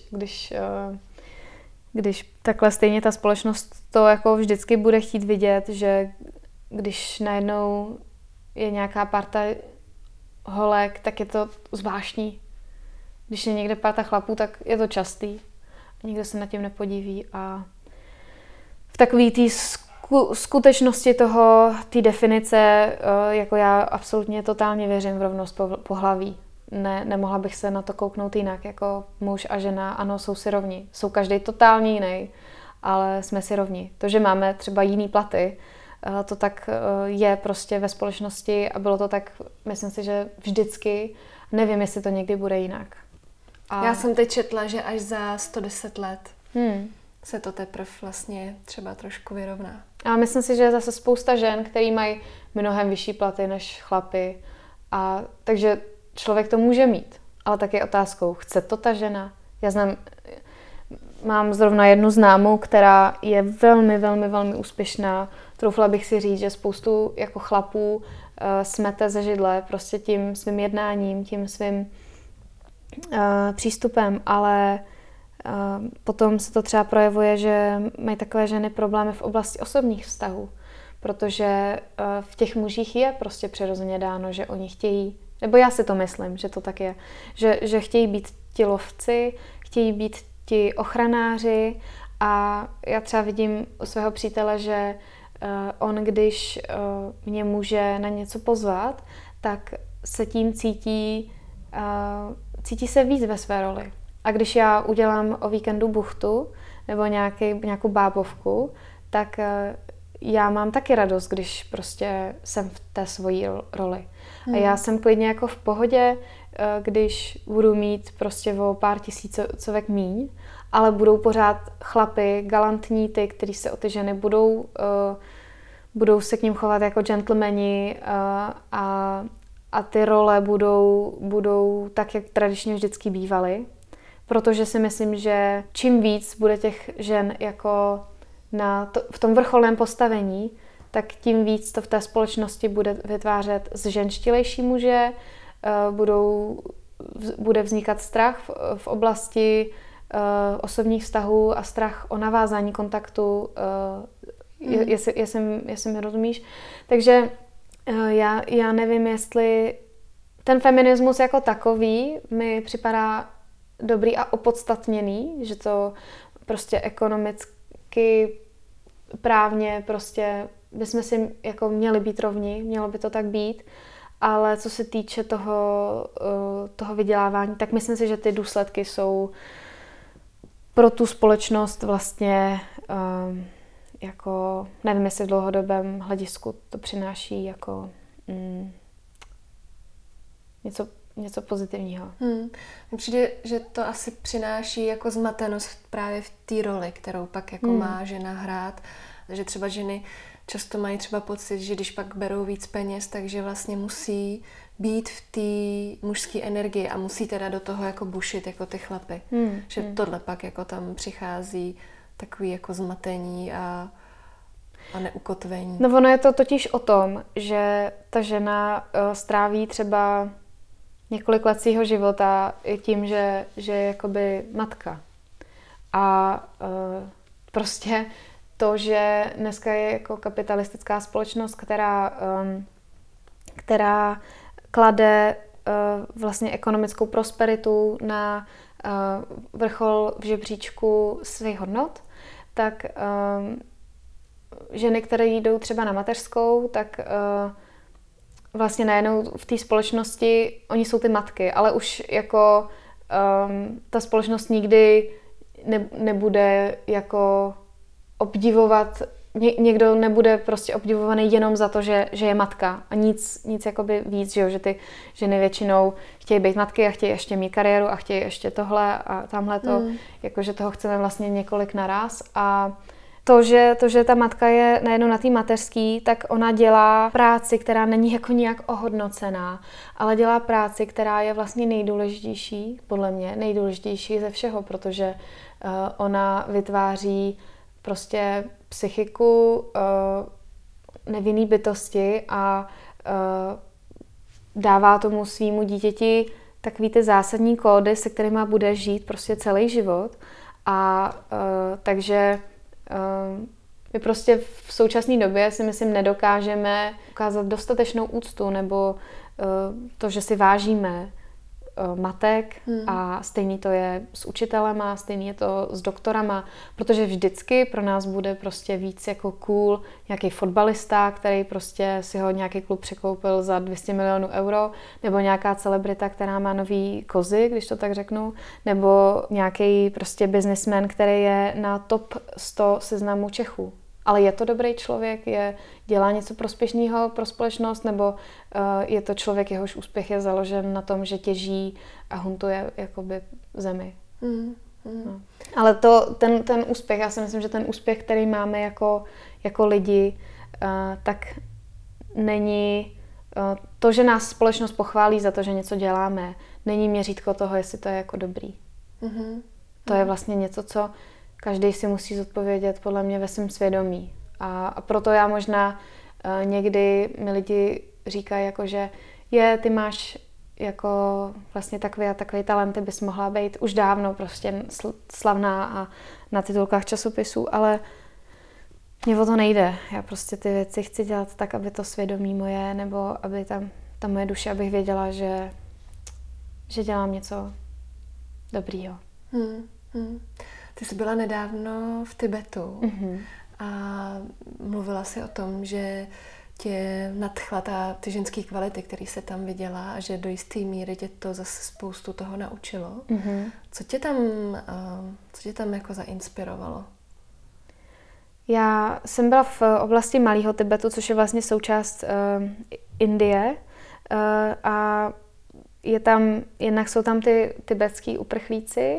když takhle stejně ta společnost to jako vždycky bude chtít vidět, že když najednou je nějaká parta holek, tak je to zvláštní. Když je někde parta chlapů, tak je to častý. Nikdo se nad tím nepodiví, a v takové té skutečnosti té definice, jako já absolutně totálně věřím v rovnost pohlaví. Nemohla bych se na to kouknout jinak, jako muž a žena, ano, jsou si rovni. Jsou každý totálně jiný, ale jsme si rovni. To, že máme třeba jiný platy, to tak je prostě ve společnosti, a bylo to tak, myslím si, že vždycky. Nevím, jestli to někdy bude jinak. Já jsem teď četla, že až za 110 let se to teprve vlastně třeba trošku vyrovná. A myslím si, že je zase spousta žen, který mají mnohem vyšší platy než chlapy. A takže člověk to může mít, ale tak je otázkou, chce to ta žena? Mám zrovna jednu známou, která je velmi, velmi, velmi úspěšná. Troufla bych si říct, že spoustu jako chlapů smete ze židle prostě tím svým jednáním, tím svým přístupem, ale potom se to třeba projevuje, že mají takové ženy problémy v oblasti osobních vztahů, protože v těch mužích je prostě přirozeně dáno, že oni chtějí, nebo já si to myslím, že to tak je, že chtějí být ti lovci, chtějí být ti ochranáři, a já třeba vidím u svého přítele, že on, když mě může na něco pozvat, tak se tím cítí se víc ve své roli. A když já udělám o víkendu buchtu nebo nějakou bábovku, tak já mám taky radost, když prostě jsem v té svojí roli. A já jsem klidně jako v pohodě, když budu mít prostě o pár tisícovek míň, ale budou pořád chlapy, galantní ty, kteří se o ty ženy budou se k ním chovat jako gentlemani, a ty role budou tak, jak tradičně vždycky bývaly. Protože si myslím, že čím víc bude těch žen jako v tom vrcholném postavení, tak tím víc to v té společnosti bude vytvářet zženštilejší muže, bude vznikat strach v oblasti osobních vztahů a strach o navázání kontaktu, jestli mi rozumíš. Takže já nevím, jestli ten feminismus jako takový mi připadá dobrý a opodstatněný, že to prostě ekonomicky, právně prostě bychom si jako měli být rovni, mělo by to tak být, ale co se týče toho vydělávání, tak myslím si, že ty důsledky jsou pro tu společnost vlastně jako, nevím, jestli v dlouhodobém hledisku to přináší jako něco pozitivního. Mně přijde, že to asi přináší jako zmatenost právě v té roli, kterou pak jako má žena hrát. Že třeba ženy často mají třeba pocit, že když pak berou víc peněz, takže vlastně musí být v té mužské energii a musí teda do toho jako bušit jako ty chlapy. Že tohle pak jako tam přichází takový jako zmatení a a neukotvení. No ono je to totiž o tom, že ta žena stráví třeba několik let svého života tím, že je jakoby matka. A prostě to, že dneska je jako kapitalistická společnost, která klade vlastně ekonomickou prosperitu na vrchol v žebříčku svých hodnot, tak ženy, které jdou třeba na mateřskou, tak vlastně najednou v té společnosti oni jsou ty matky, ale už jako ta společnost nikdy nebude jako obdivovat, někdo nebude prostě obdivovaný jenom za to, že je matka a nic jakoby víc, že ty ženy většinou chtějí být matky a chtějí ještě mít kariéru a chtějí ještě tohle a tamhle to, jakože toho chceme vlastně několik naraz a to, že ta matka je najednou na té mateřský, tak ona dělá práci, která není jako nějak ohodnocená, ale dělá práci, která je vlastně nejdůležitější, podle mě, nejdůležitější ze všeho, protože ona vytváří prostě psychiku nevinný bytosti a dává tomu svýmu dítěti takový ty zásadní kódy, se kterýma bude žít prostě celý život. A takže my prostě v současné době si myslím nedokážeme ukázat dostatečnou úctu nebo to, že si vážíme matek a stejný to je s učitelema, stejný je to s doktorama, protože vždycky pro nás bude prostě víc jako cool nějaký fotbalista, který prostě si ho nějaký klub překoupil za 200 milionů euro, nebo nějaká celebrita, která má nový kozy, když to tak řeknu, nebo nějaký prostě businessman, který je na top 100 seznamu Čechů. Ale je to dobrý člověk, dělá něco prospěšného pro společnost, nebo je to člověk, jehož úspěch je založen na tom, že těží a huntuje jakoby zemi. No. Ale ten úspěch, já si myslím, že ten úspěch, který máme jako lidi, tak není to, že nás společnost pochválí za to, že něco děláme, není měřítko toho, jestli to je jako dobrý. To je vlastně něco, co každý si musí zodpovědět podle mě ve svém svědomí. A proto já možná někdy mi lidi říkají, jako, že ty máš jako vlastně takový talent, ty bys mohla být už dávno prostě slavná a na titulkách časopisů, ale mně o to nejde. Já prostě ty věci chci dělat tak, aby to svědomí moje, nebo aby ta moje duše, abych věděla, že dělám něco dobrýho. Ty jsi byla nedávno v Tibetu a mluvila si o tom, že tě nadchla ty ženské kvality, které se tam viděla a že do jisté míry tě to zase spoustu toho naučilo. Co tě tam jako zainspirovalo? Já jsem byla v oblasti Malého Tibetu, což je vlastně součást Indie a jednak jsou tam ty tibetský uprchlíci,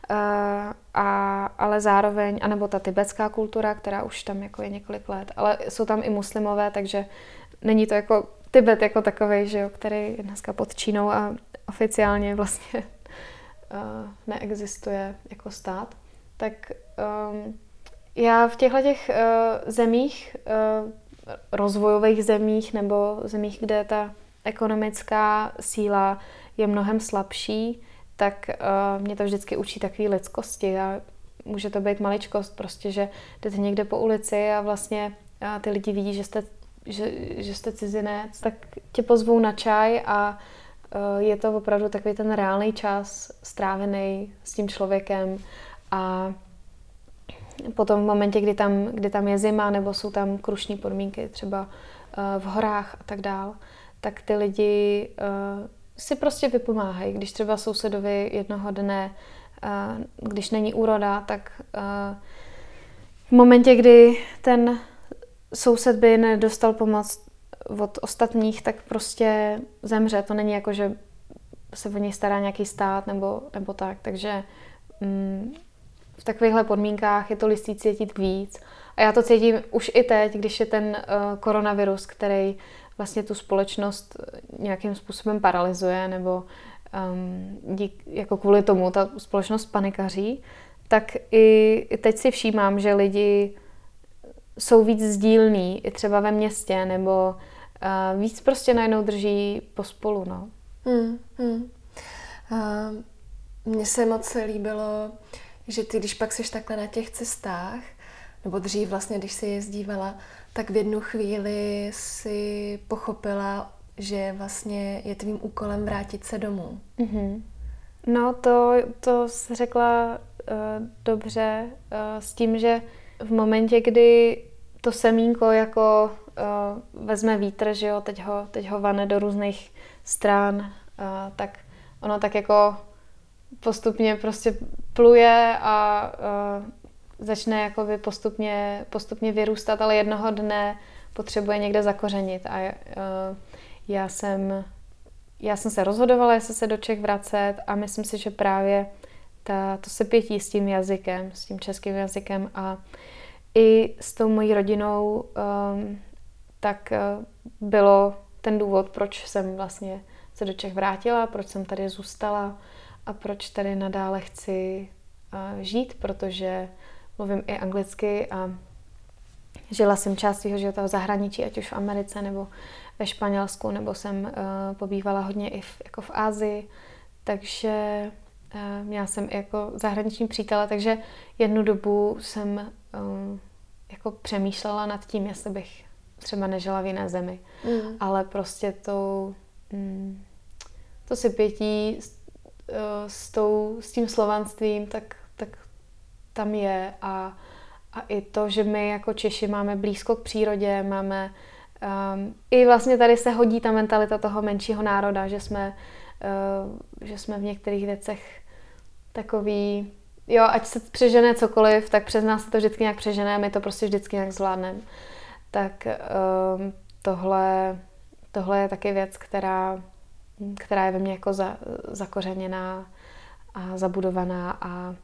ale zároveň, anebo ta tibetská kultura, která už tam jako je několik let, ale jsou tam i muslimové, takže není to jako Tibet jako takovej, že jo, který je dneska pod Čínou a oficiálně vlastně neexistuje jako stát. Tak já v těchto zemích, rozvojových zemích nebo zemích, kde ta ekonomická síla je mnohem slabší, tak mě to vždycky učí takové lidskosti a může to být maličkost, prostě, že jdete někde po ulici a vlastně ty lidi vidí, že jste cizinec, tak tě pozvou na čaj a je to opravdu takový ten reálný čas strávený s tím člověkem a potom v momentě, kdy tam je zima nebo jsou tam krušní podmínky, třeba v horách a tak dál, tak ty lidi si prostě vypomáhají. Když třeba sousedovi jednoho dne, když není úroda, tak v momentě, kdy ten soused by nedostal pomoc od ostatních, tak prostě zemře. To není jako, že se o něj stará nějaký stát nebo tak. Takže v takovýchhle podmínkách je to listí cítit víc. A já to cítím už i teď, když je ten koronavirus, který vlastně tu společnost nějakým způsobem paralyzuje, nebo jako kvůli tomu ta společnost panikaří, tak i teď si všímám, že lidi jsou víc sdílný, i třeba ve městě, nebo víc prostě najednou drží pospolu, no. Mně se moc líbilo, že ty, když pak seš takhle na těch cestách, nebo dřív vlastně, když jsi jezdívala, tak v jednu chvíli si pochopila, že vlastně je tvým úkolem vrátit se domů. No, to jsi řekla dobře, s tím, že v momentě, kdy to semínko jako vezme vítr, že jo, teď ho vane do různých stran, tak ono tak jako postupně prostě pluje a začne jakoby postupně vyrůstat, ale jednoho dne potřebuje někde zakořenit. A já jsem se rozhodovala, jestli se do Čech vracet, a myslím si, že právě to sepětí s tím jazykem, s tím českým jazykem a i s tou mojí rodinou, tak bylo ten důvod, proč jsem vlastně se do Čech vrátila, proč jsem tady zůstala a proč tady nadále chci žít, protože mluvím i anglicky a žila jsem část svého života v zahraničí, ať už v Americe nebo ve Španělsku, nebo jsem pobývala hodně i jako v Asii, takže měla jsem i jako zahraniční přítele, takže jednu dobu jsem jako přemýšlela nad tím, jestli bych třeba nežila v jiné zemi. Ale prostě to sepětí s tím slovanstvím, tak tam je a i to, že my jako Češi máme blízko k přírodě, máme i vlastně tady se hodí ta mentalita toho menšího národa, že jsme v některých věcech takový, jo, ať se přežene cokoliv, tak přes nás se to vždycky nějak přežene a my to prostě vždycky nějak zvládneme. Tak tohle je taky věc, která je ve mně jako zakořeněná a zabudovaná a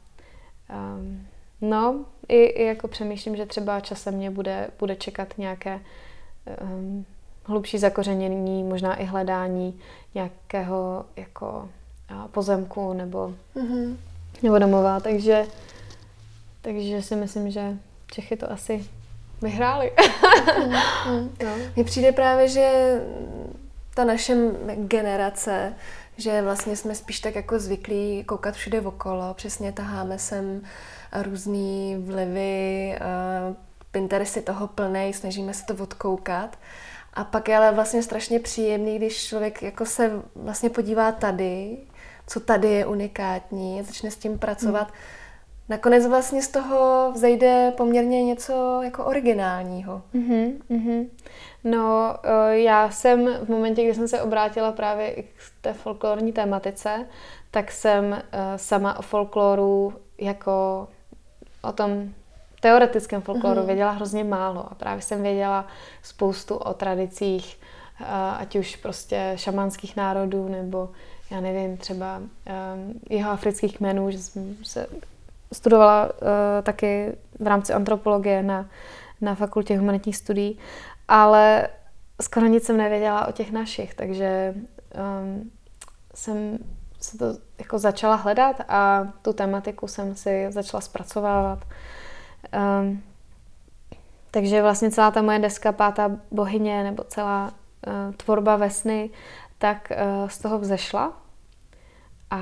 no, i jako přemýšlím, že třeba časem mě bude čekat nějaké hlubší zakořenění, možná i hledání nějakého jako pozemku nebo domova, takže si myslím, že Čechy to asi vyhráli. No. Mně přijde právě, že ta naše generace, že vlastně jsme spíš tak jako zvyklí koukat všude okolo, přesně taháme sem různý vlivy, Pinterest je toho plnej, snažíme se to odkoukat. A pak je ale vlastně strašně příjemný, když člověk jako se vlastně podívá tady, co tady je unikátní, začne s tím pracovat. Nakonec vlastně z toho vzejde poměrně něco jako originálního. No, já jsem v momentě, kdy jsem se obrátila právě k té folklorní tématice, tak jsem sama o folkloru jako o tom teoretickém folkloru věděla hrozně málo a právě jsem věděla spoustu o tradicích, ať už prostě šamanských národů nebo já nevím, třeba jihoafrických kmenů, že jsem se studovala taky v rámci antropologie na fakultě humanitních studií, ale skoro nic jsem nevěděla o těch našich, takže jsem se to jako začala hledat a tu tematiku jsem si začala zpracovávat. Takže vlastně celá ta moje deska Pátá bohyně nebo celá tvorba Vesny, tak z toho vzešla. A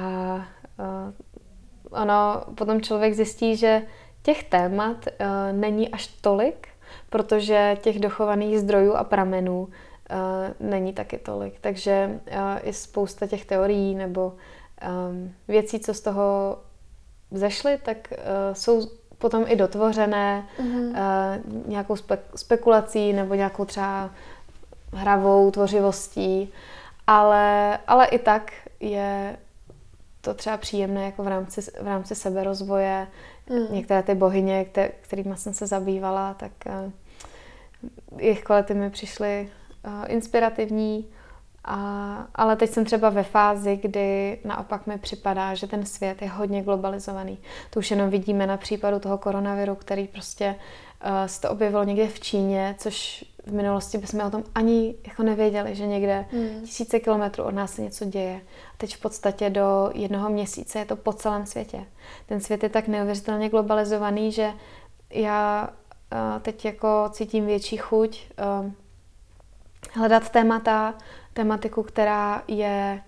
ono potom člověk zjistí, že těch témat není až tolik, protože těch dochovaných zdrojů a pramenů není taky tolik. Takže i spousta těch teorií nebo věcí, co z toho vzešly, tak jsou potom i dotvořené nějakou spekulací nebo nějakou třeba hravou tvořivostí, ale i tak je to třeba příjemné jako v rámci seberozvoje. Některé ty bohyně, kterými jsem se zabývala, tak jejich kvality mi přišly inspirativní, ale teď jsem třeba ve fázi, kdy naopak mi připadá, že ten svět je hodně globalizovaný. To už jenom vidíme na případu toho koronaviru, který prostě se to objevilo někde v Číně, což v minulosti bychom o tom ani jako nevěděli, že někde tisíce kilometrů od nás se něco děje. A teď v podstatě do 1 měsíce je to po celém světě. Ten svět je tak neuvěřitelně globalizovaný, že já teď jako cítím větší chuť hledat tematiku, která je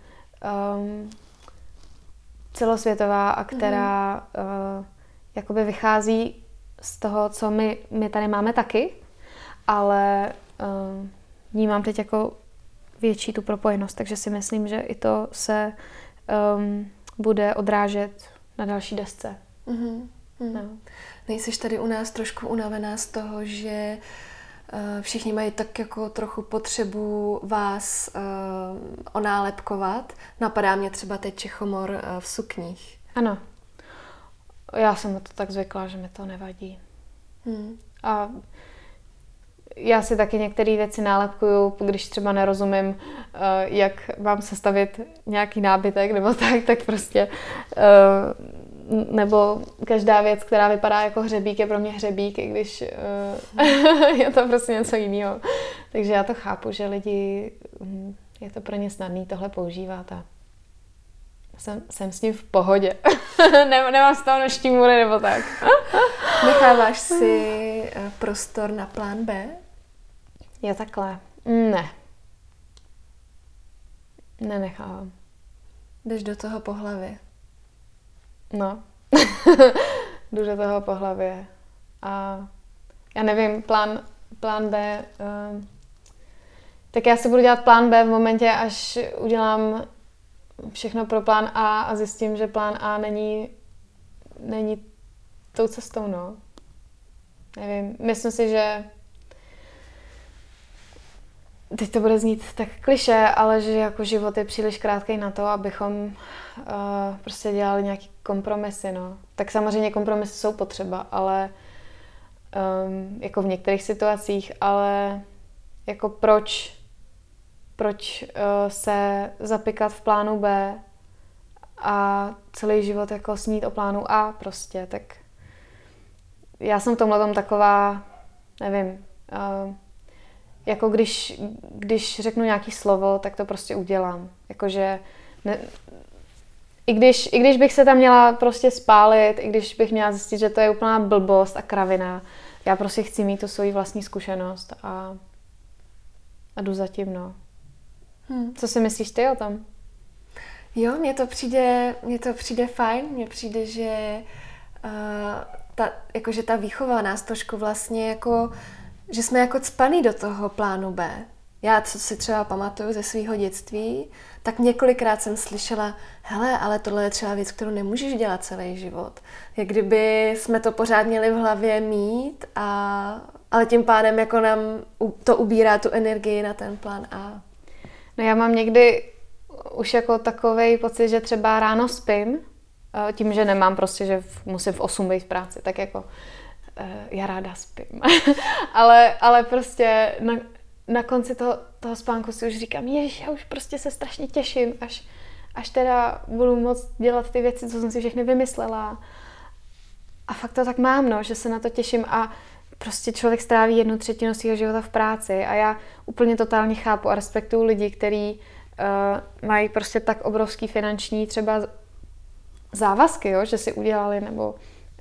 celosvětová a která jakoby vychází z toho, co my tady máme taky, ale vnímám teď jako větší tu propojenost, takže si myslím, že i to se bude odrážet na další desce. No. Nejsiš tady u nás trošku unavená z toho, že všichni mají tak jako trochu potřebu vás onálepkovat? Napadá mě třeba teď Čechomor v sukních. Ano. Já jsem na to tak zvykla, že mi to nevadí. A já si taky některé věci nálepkuju, když třeba nerozumím, jak mám sestavit nějaký nábytek nebo tak prostě. Nebo každá věc, která vypadá jako hřebík, je pro mě hřebík, i když je to prostě něco jiného. Takže já to chápu, že lidi, je to pro ně snadný tohle používat a jsem s ním v pohodě. Nemám z toho noční můry nebo tak. Necháváš si prostor na plán B? Je takhle. Ne. Nenechávám. Jdeš do toho po hlavě. No. Jdu do toho po hlavě. A já nevím, plán B... tak já si budu dělat plán B v momentě, až udělám všechno pro plán A a zjistím, že plán A není tou cestou, no. Nevím, myslím si, že teď to bude znít tak klišé, ale že jako život je příliš krátký na to, abychom prostě dělali nějaký kompromisy, no. Tak samozřejmě kompromisy jsou potřeba, ale jako v některých situacích, ale jako proč se zapykat v plánu B a celý život jako snít o plánu A prostě, tak já jsem v tomhletom taková, nevím, jako když řeknu nějaký slovo, tak to prostě udělám. Jakože i když bych se tam měla prostě spálit, i když bych měla zjistit, že to je úplná blbost a kravina, já prostě chci mít tu svoji vlastní zkušenost a jdu zatím, no. Co si myslíš ty o tom? Jo, mně to přijde fajn, mně přijde, že že ta výchova nás trošku vlastně jako, že jsme jako cpaný do toho plánu B. Já, co si třeba pamatuju ze svého dětství, tak několikrát jsem slyšela, hele, ale tohle je třeba věc, kterou nemůžeš dělat celý život. Jak kdyby jsme to pořád měli v hlavě mít, ale tím pádem jako nám to ubírá tu energii na ten plán A. No já mám někdy už jako takovej pocit, že třeba ráno spím, tím, že nemám prostě, že musím v 8 být v práci, tak jako já ráda spím. ale prostě na konci toho spánku si už říkám, ježiš, já už prostě se strašně těším, až teda budu moct dělat ty věci, co jsem si všechny vymyslela. A fakt to tak mám, no, že se na to těším a prostě člověk stráví 1/3 svého života v práci a já úplně totálně chápu a respektuju lidi, kteří mají prostě tak obrovský finanční třeba závazky, jo, že si udělali, nebo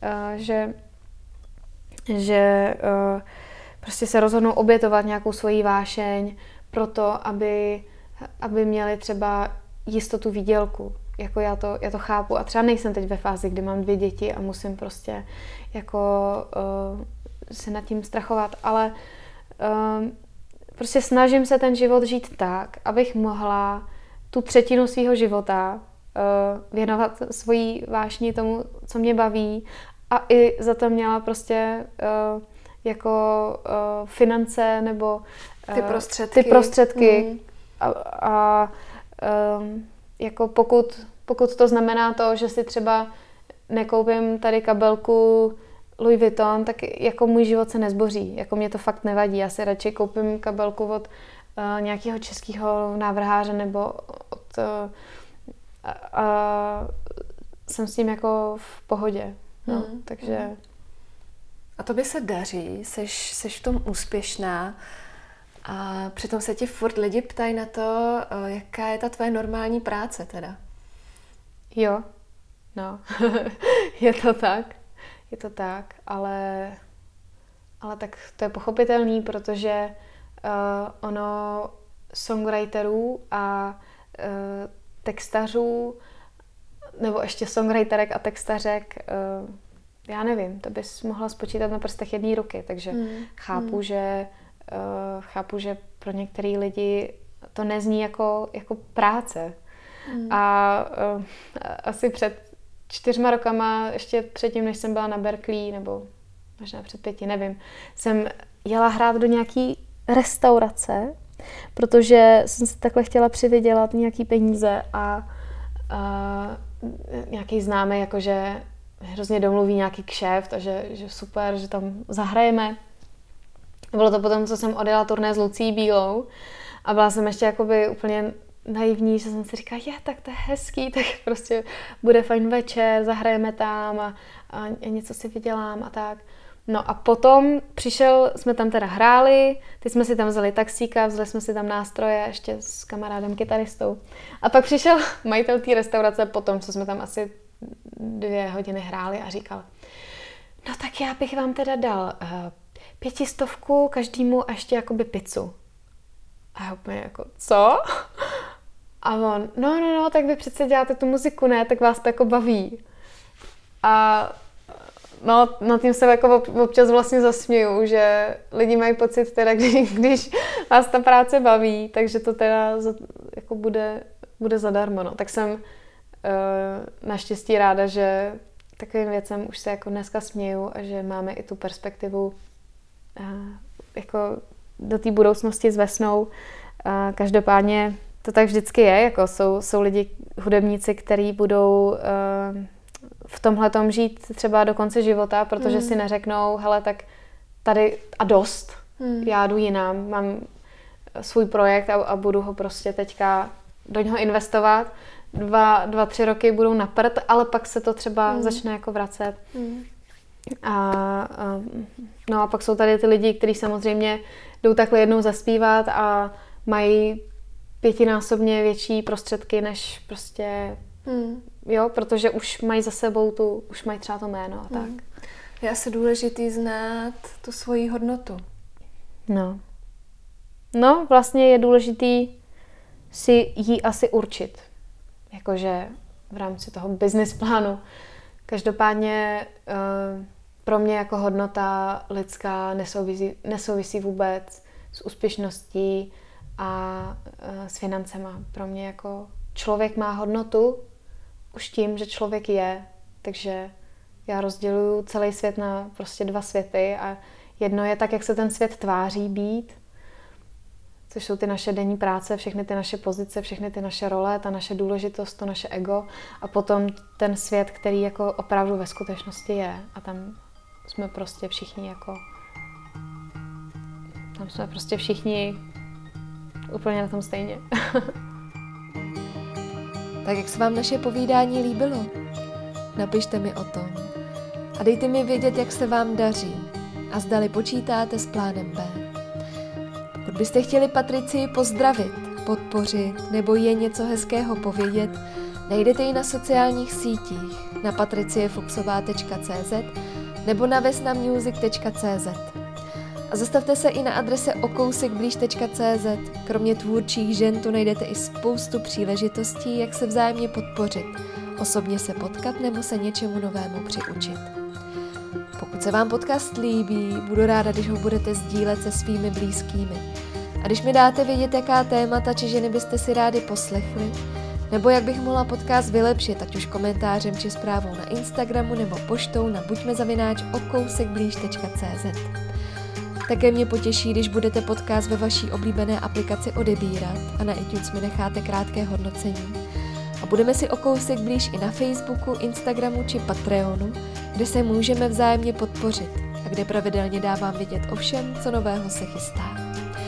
že prostě se rozhodnou obětovat nějakou svoji vášeň pro to, aby měli třeba jistotu výdělku. Jako já to chápu a třeba nejsem teď ve fázi, kdy mám 2 děti a musím prostě jako se nad tím strachovat, ale prostě snažím se ten život žít tak, abych mohla tu 1/3 svého života věnovat svojí vášni tomu, co mě baví a i za to měla prostě jako finance nebo ty prostředky. A jako pokud to znamená to, že si třeba nekoupím tady kabelku Louis Vuitton, tak jako můj život se nezboří. Jako mě to fakt nevadí. Já si radši koupím kabelku od nějakého českého návrháře nebo od jsem s tím jako v pohodě. No, takže... A tobě se daří, seš v tom úspěšná a přitom se ti furt lidi ptají na to, jaká je ta tvoje normální práce teda. Jo, no, je to tak, ale ale tak to je pochopitelný, protože ono songwriterů a textařů, nebo ještě songwriterek a textařek, já nevím, to bys mohla spočítat na prstech jedné ruky, takže chápu, že pro některé lidi to nezní jako práce. A asi před 4 rokama, ještě předtím, než jsem byla na Berkeley, nebo možná před 5, nevím, jsem jela hrát do nějaký restaurace, protože jsem si takhle chtěla přivydělat nějaký peníze a nějaký známý jakože hrozně domluví nějaký kšeft a že super, že tam zahrajeme. Bylo to potom, co jsem odjela turné s Lucí Bílou a byla jsem ještě jakoby úplně naivní, že jsem si říkala, tak to je hezký, tak prostě bude fajn večer, zahrajeme tam a něco si vydělám a tak. No a potom jsme tam teda hráli, teď jsme si tam vzali taxíka, vzali jsme si tam nástroje ještě s kamarádem kytaristou. A pak přišel majitel té restaurace potom, co jsme tam asi 2 hodiny hráli a říkal, no tak já bych vám teda dal 500 každému a ještě jakoby pizzu. A já úplně jako, co? A on, no, tak vy přece děláte tu muziku, ne? Tak vás to jako baví. A no, na tím se jako občas vlastně zasměju, že lidi mají pocit teda, když vás ta práce baví, takže to teda jako bude zadarmo. No. Tak jsem naštěstí ráda, že takovým věcem už se jako dneska směju a že máme i tu perspektivu jako do té budoucnosti s Vesnou. Každopádně to tak vždycky je, jako jsou lidi, hudebníci, kteří budou v tomhletom žít třeba do konce života, protože si neřeknou, hele, tak tady a dost, já jdu jinam, mám svůj projekt a budu ho prostě teďka do něho investovat. 2-3 roky budou na prd, ale pak se to třeba začne jako vracet. No a pak jsou tady ty lidi, kteří samozřejmě jdou takhle jednou zaspívat a mají 5násobně větší prostředky, než prostě, jo, protože už mají za sebou už mají třeba to jméno a tak. Je asi důležitý znát tu svoji hodnotu. No, vlastně je důležitý si ji asi určit. Jakože v rámci toho business plánu. Každopádně pro mě jako hodnota lidská nesouvisí vůbec s úspěšností a s financema. Pro mě jako člověk má hodnotu už tím, že člověk je. Takže já rozděluju celý svět na prostě 2 světy a jedno je tak, jak se ten svět tváří být, což jsou ty naše denní práce, všechny ty naše pozice, všechny ty naše role, ta naše důležitost, to naše ego a potom ten svět, který jako opravdu ve skutečnosti je a tam jsme prostě všichni úplně na tom stejně. Tak jak se vám naše povídání líbilo? Napište mi o tom. A dejte mi vědět, jak se vám daří a zdali počítáte s plánem B. Pokud byste chtěli Patricii pozdravit, podpořit nebo je něco hezkého povědět, najdete ji na sociálních sítích na patriciefuxová.cz nebo na vesnamusic.cz. A zastavte se i na adrese okousekblíž.cz. Kromě tvůrčích žen tu najdete i spoustu příležitostí, jak se vzájemně podpořit, osobně se potkat nebo se něčemu novému přiučit. Pokud se vám podcast líbí, budu ráda, když ho budete sdílet se svými blízkými. A když mi dáte vědět, jaká témata či ženy byste si rádi poslechli, nebo jak bych mohla podcast vylepšit, ať už komentářem či zprávou na Instagramu nebo poštou na buďmezavinač@okousekblíž.cz. Také mě potěší, když budete podcast ve vaší oblíbené aplikaci odebírat a na iTunes mi necháte krátké hodnocení. A budeme si o kousek blíž i na Facebooku, Instagramu či Patreonu, kde se můžeme vzájemně podpořit a kde pravidelně dávám vědět o všem, co nového se chystá.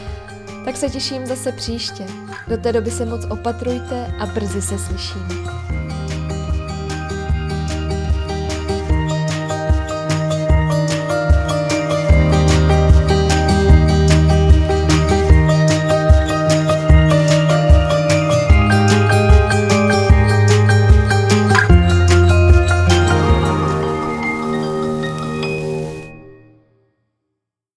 Tak se těším zase příště. Do té doby se moc opatrujte a brzy se slyšíme.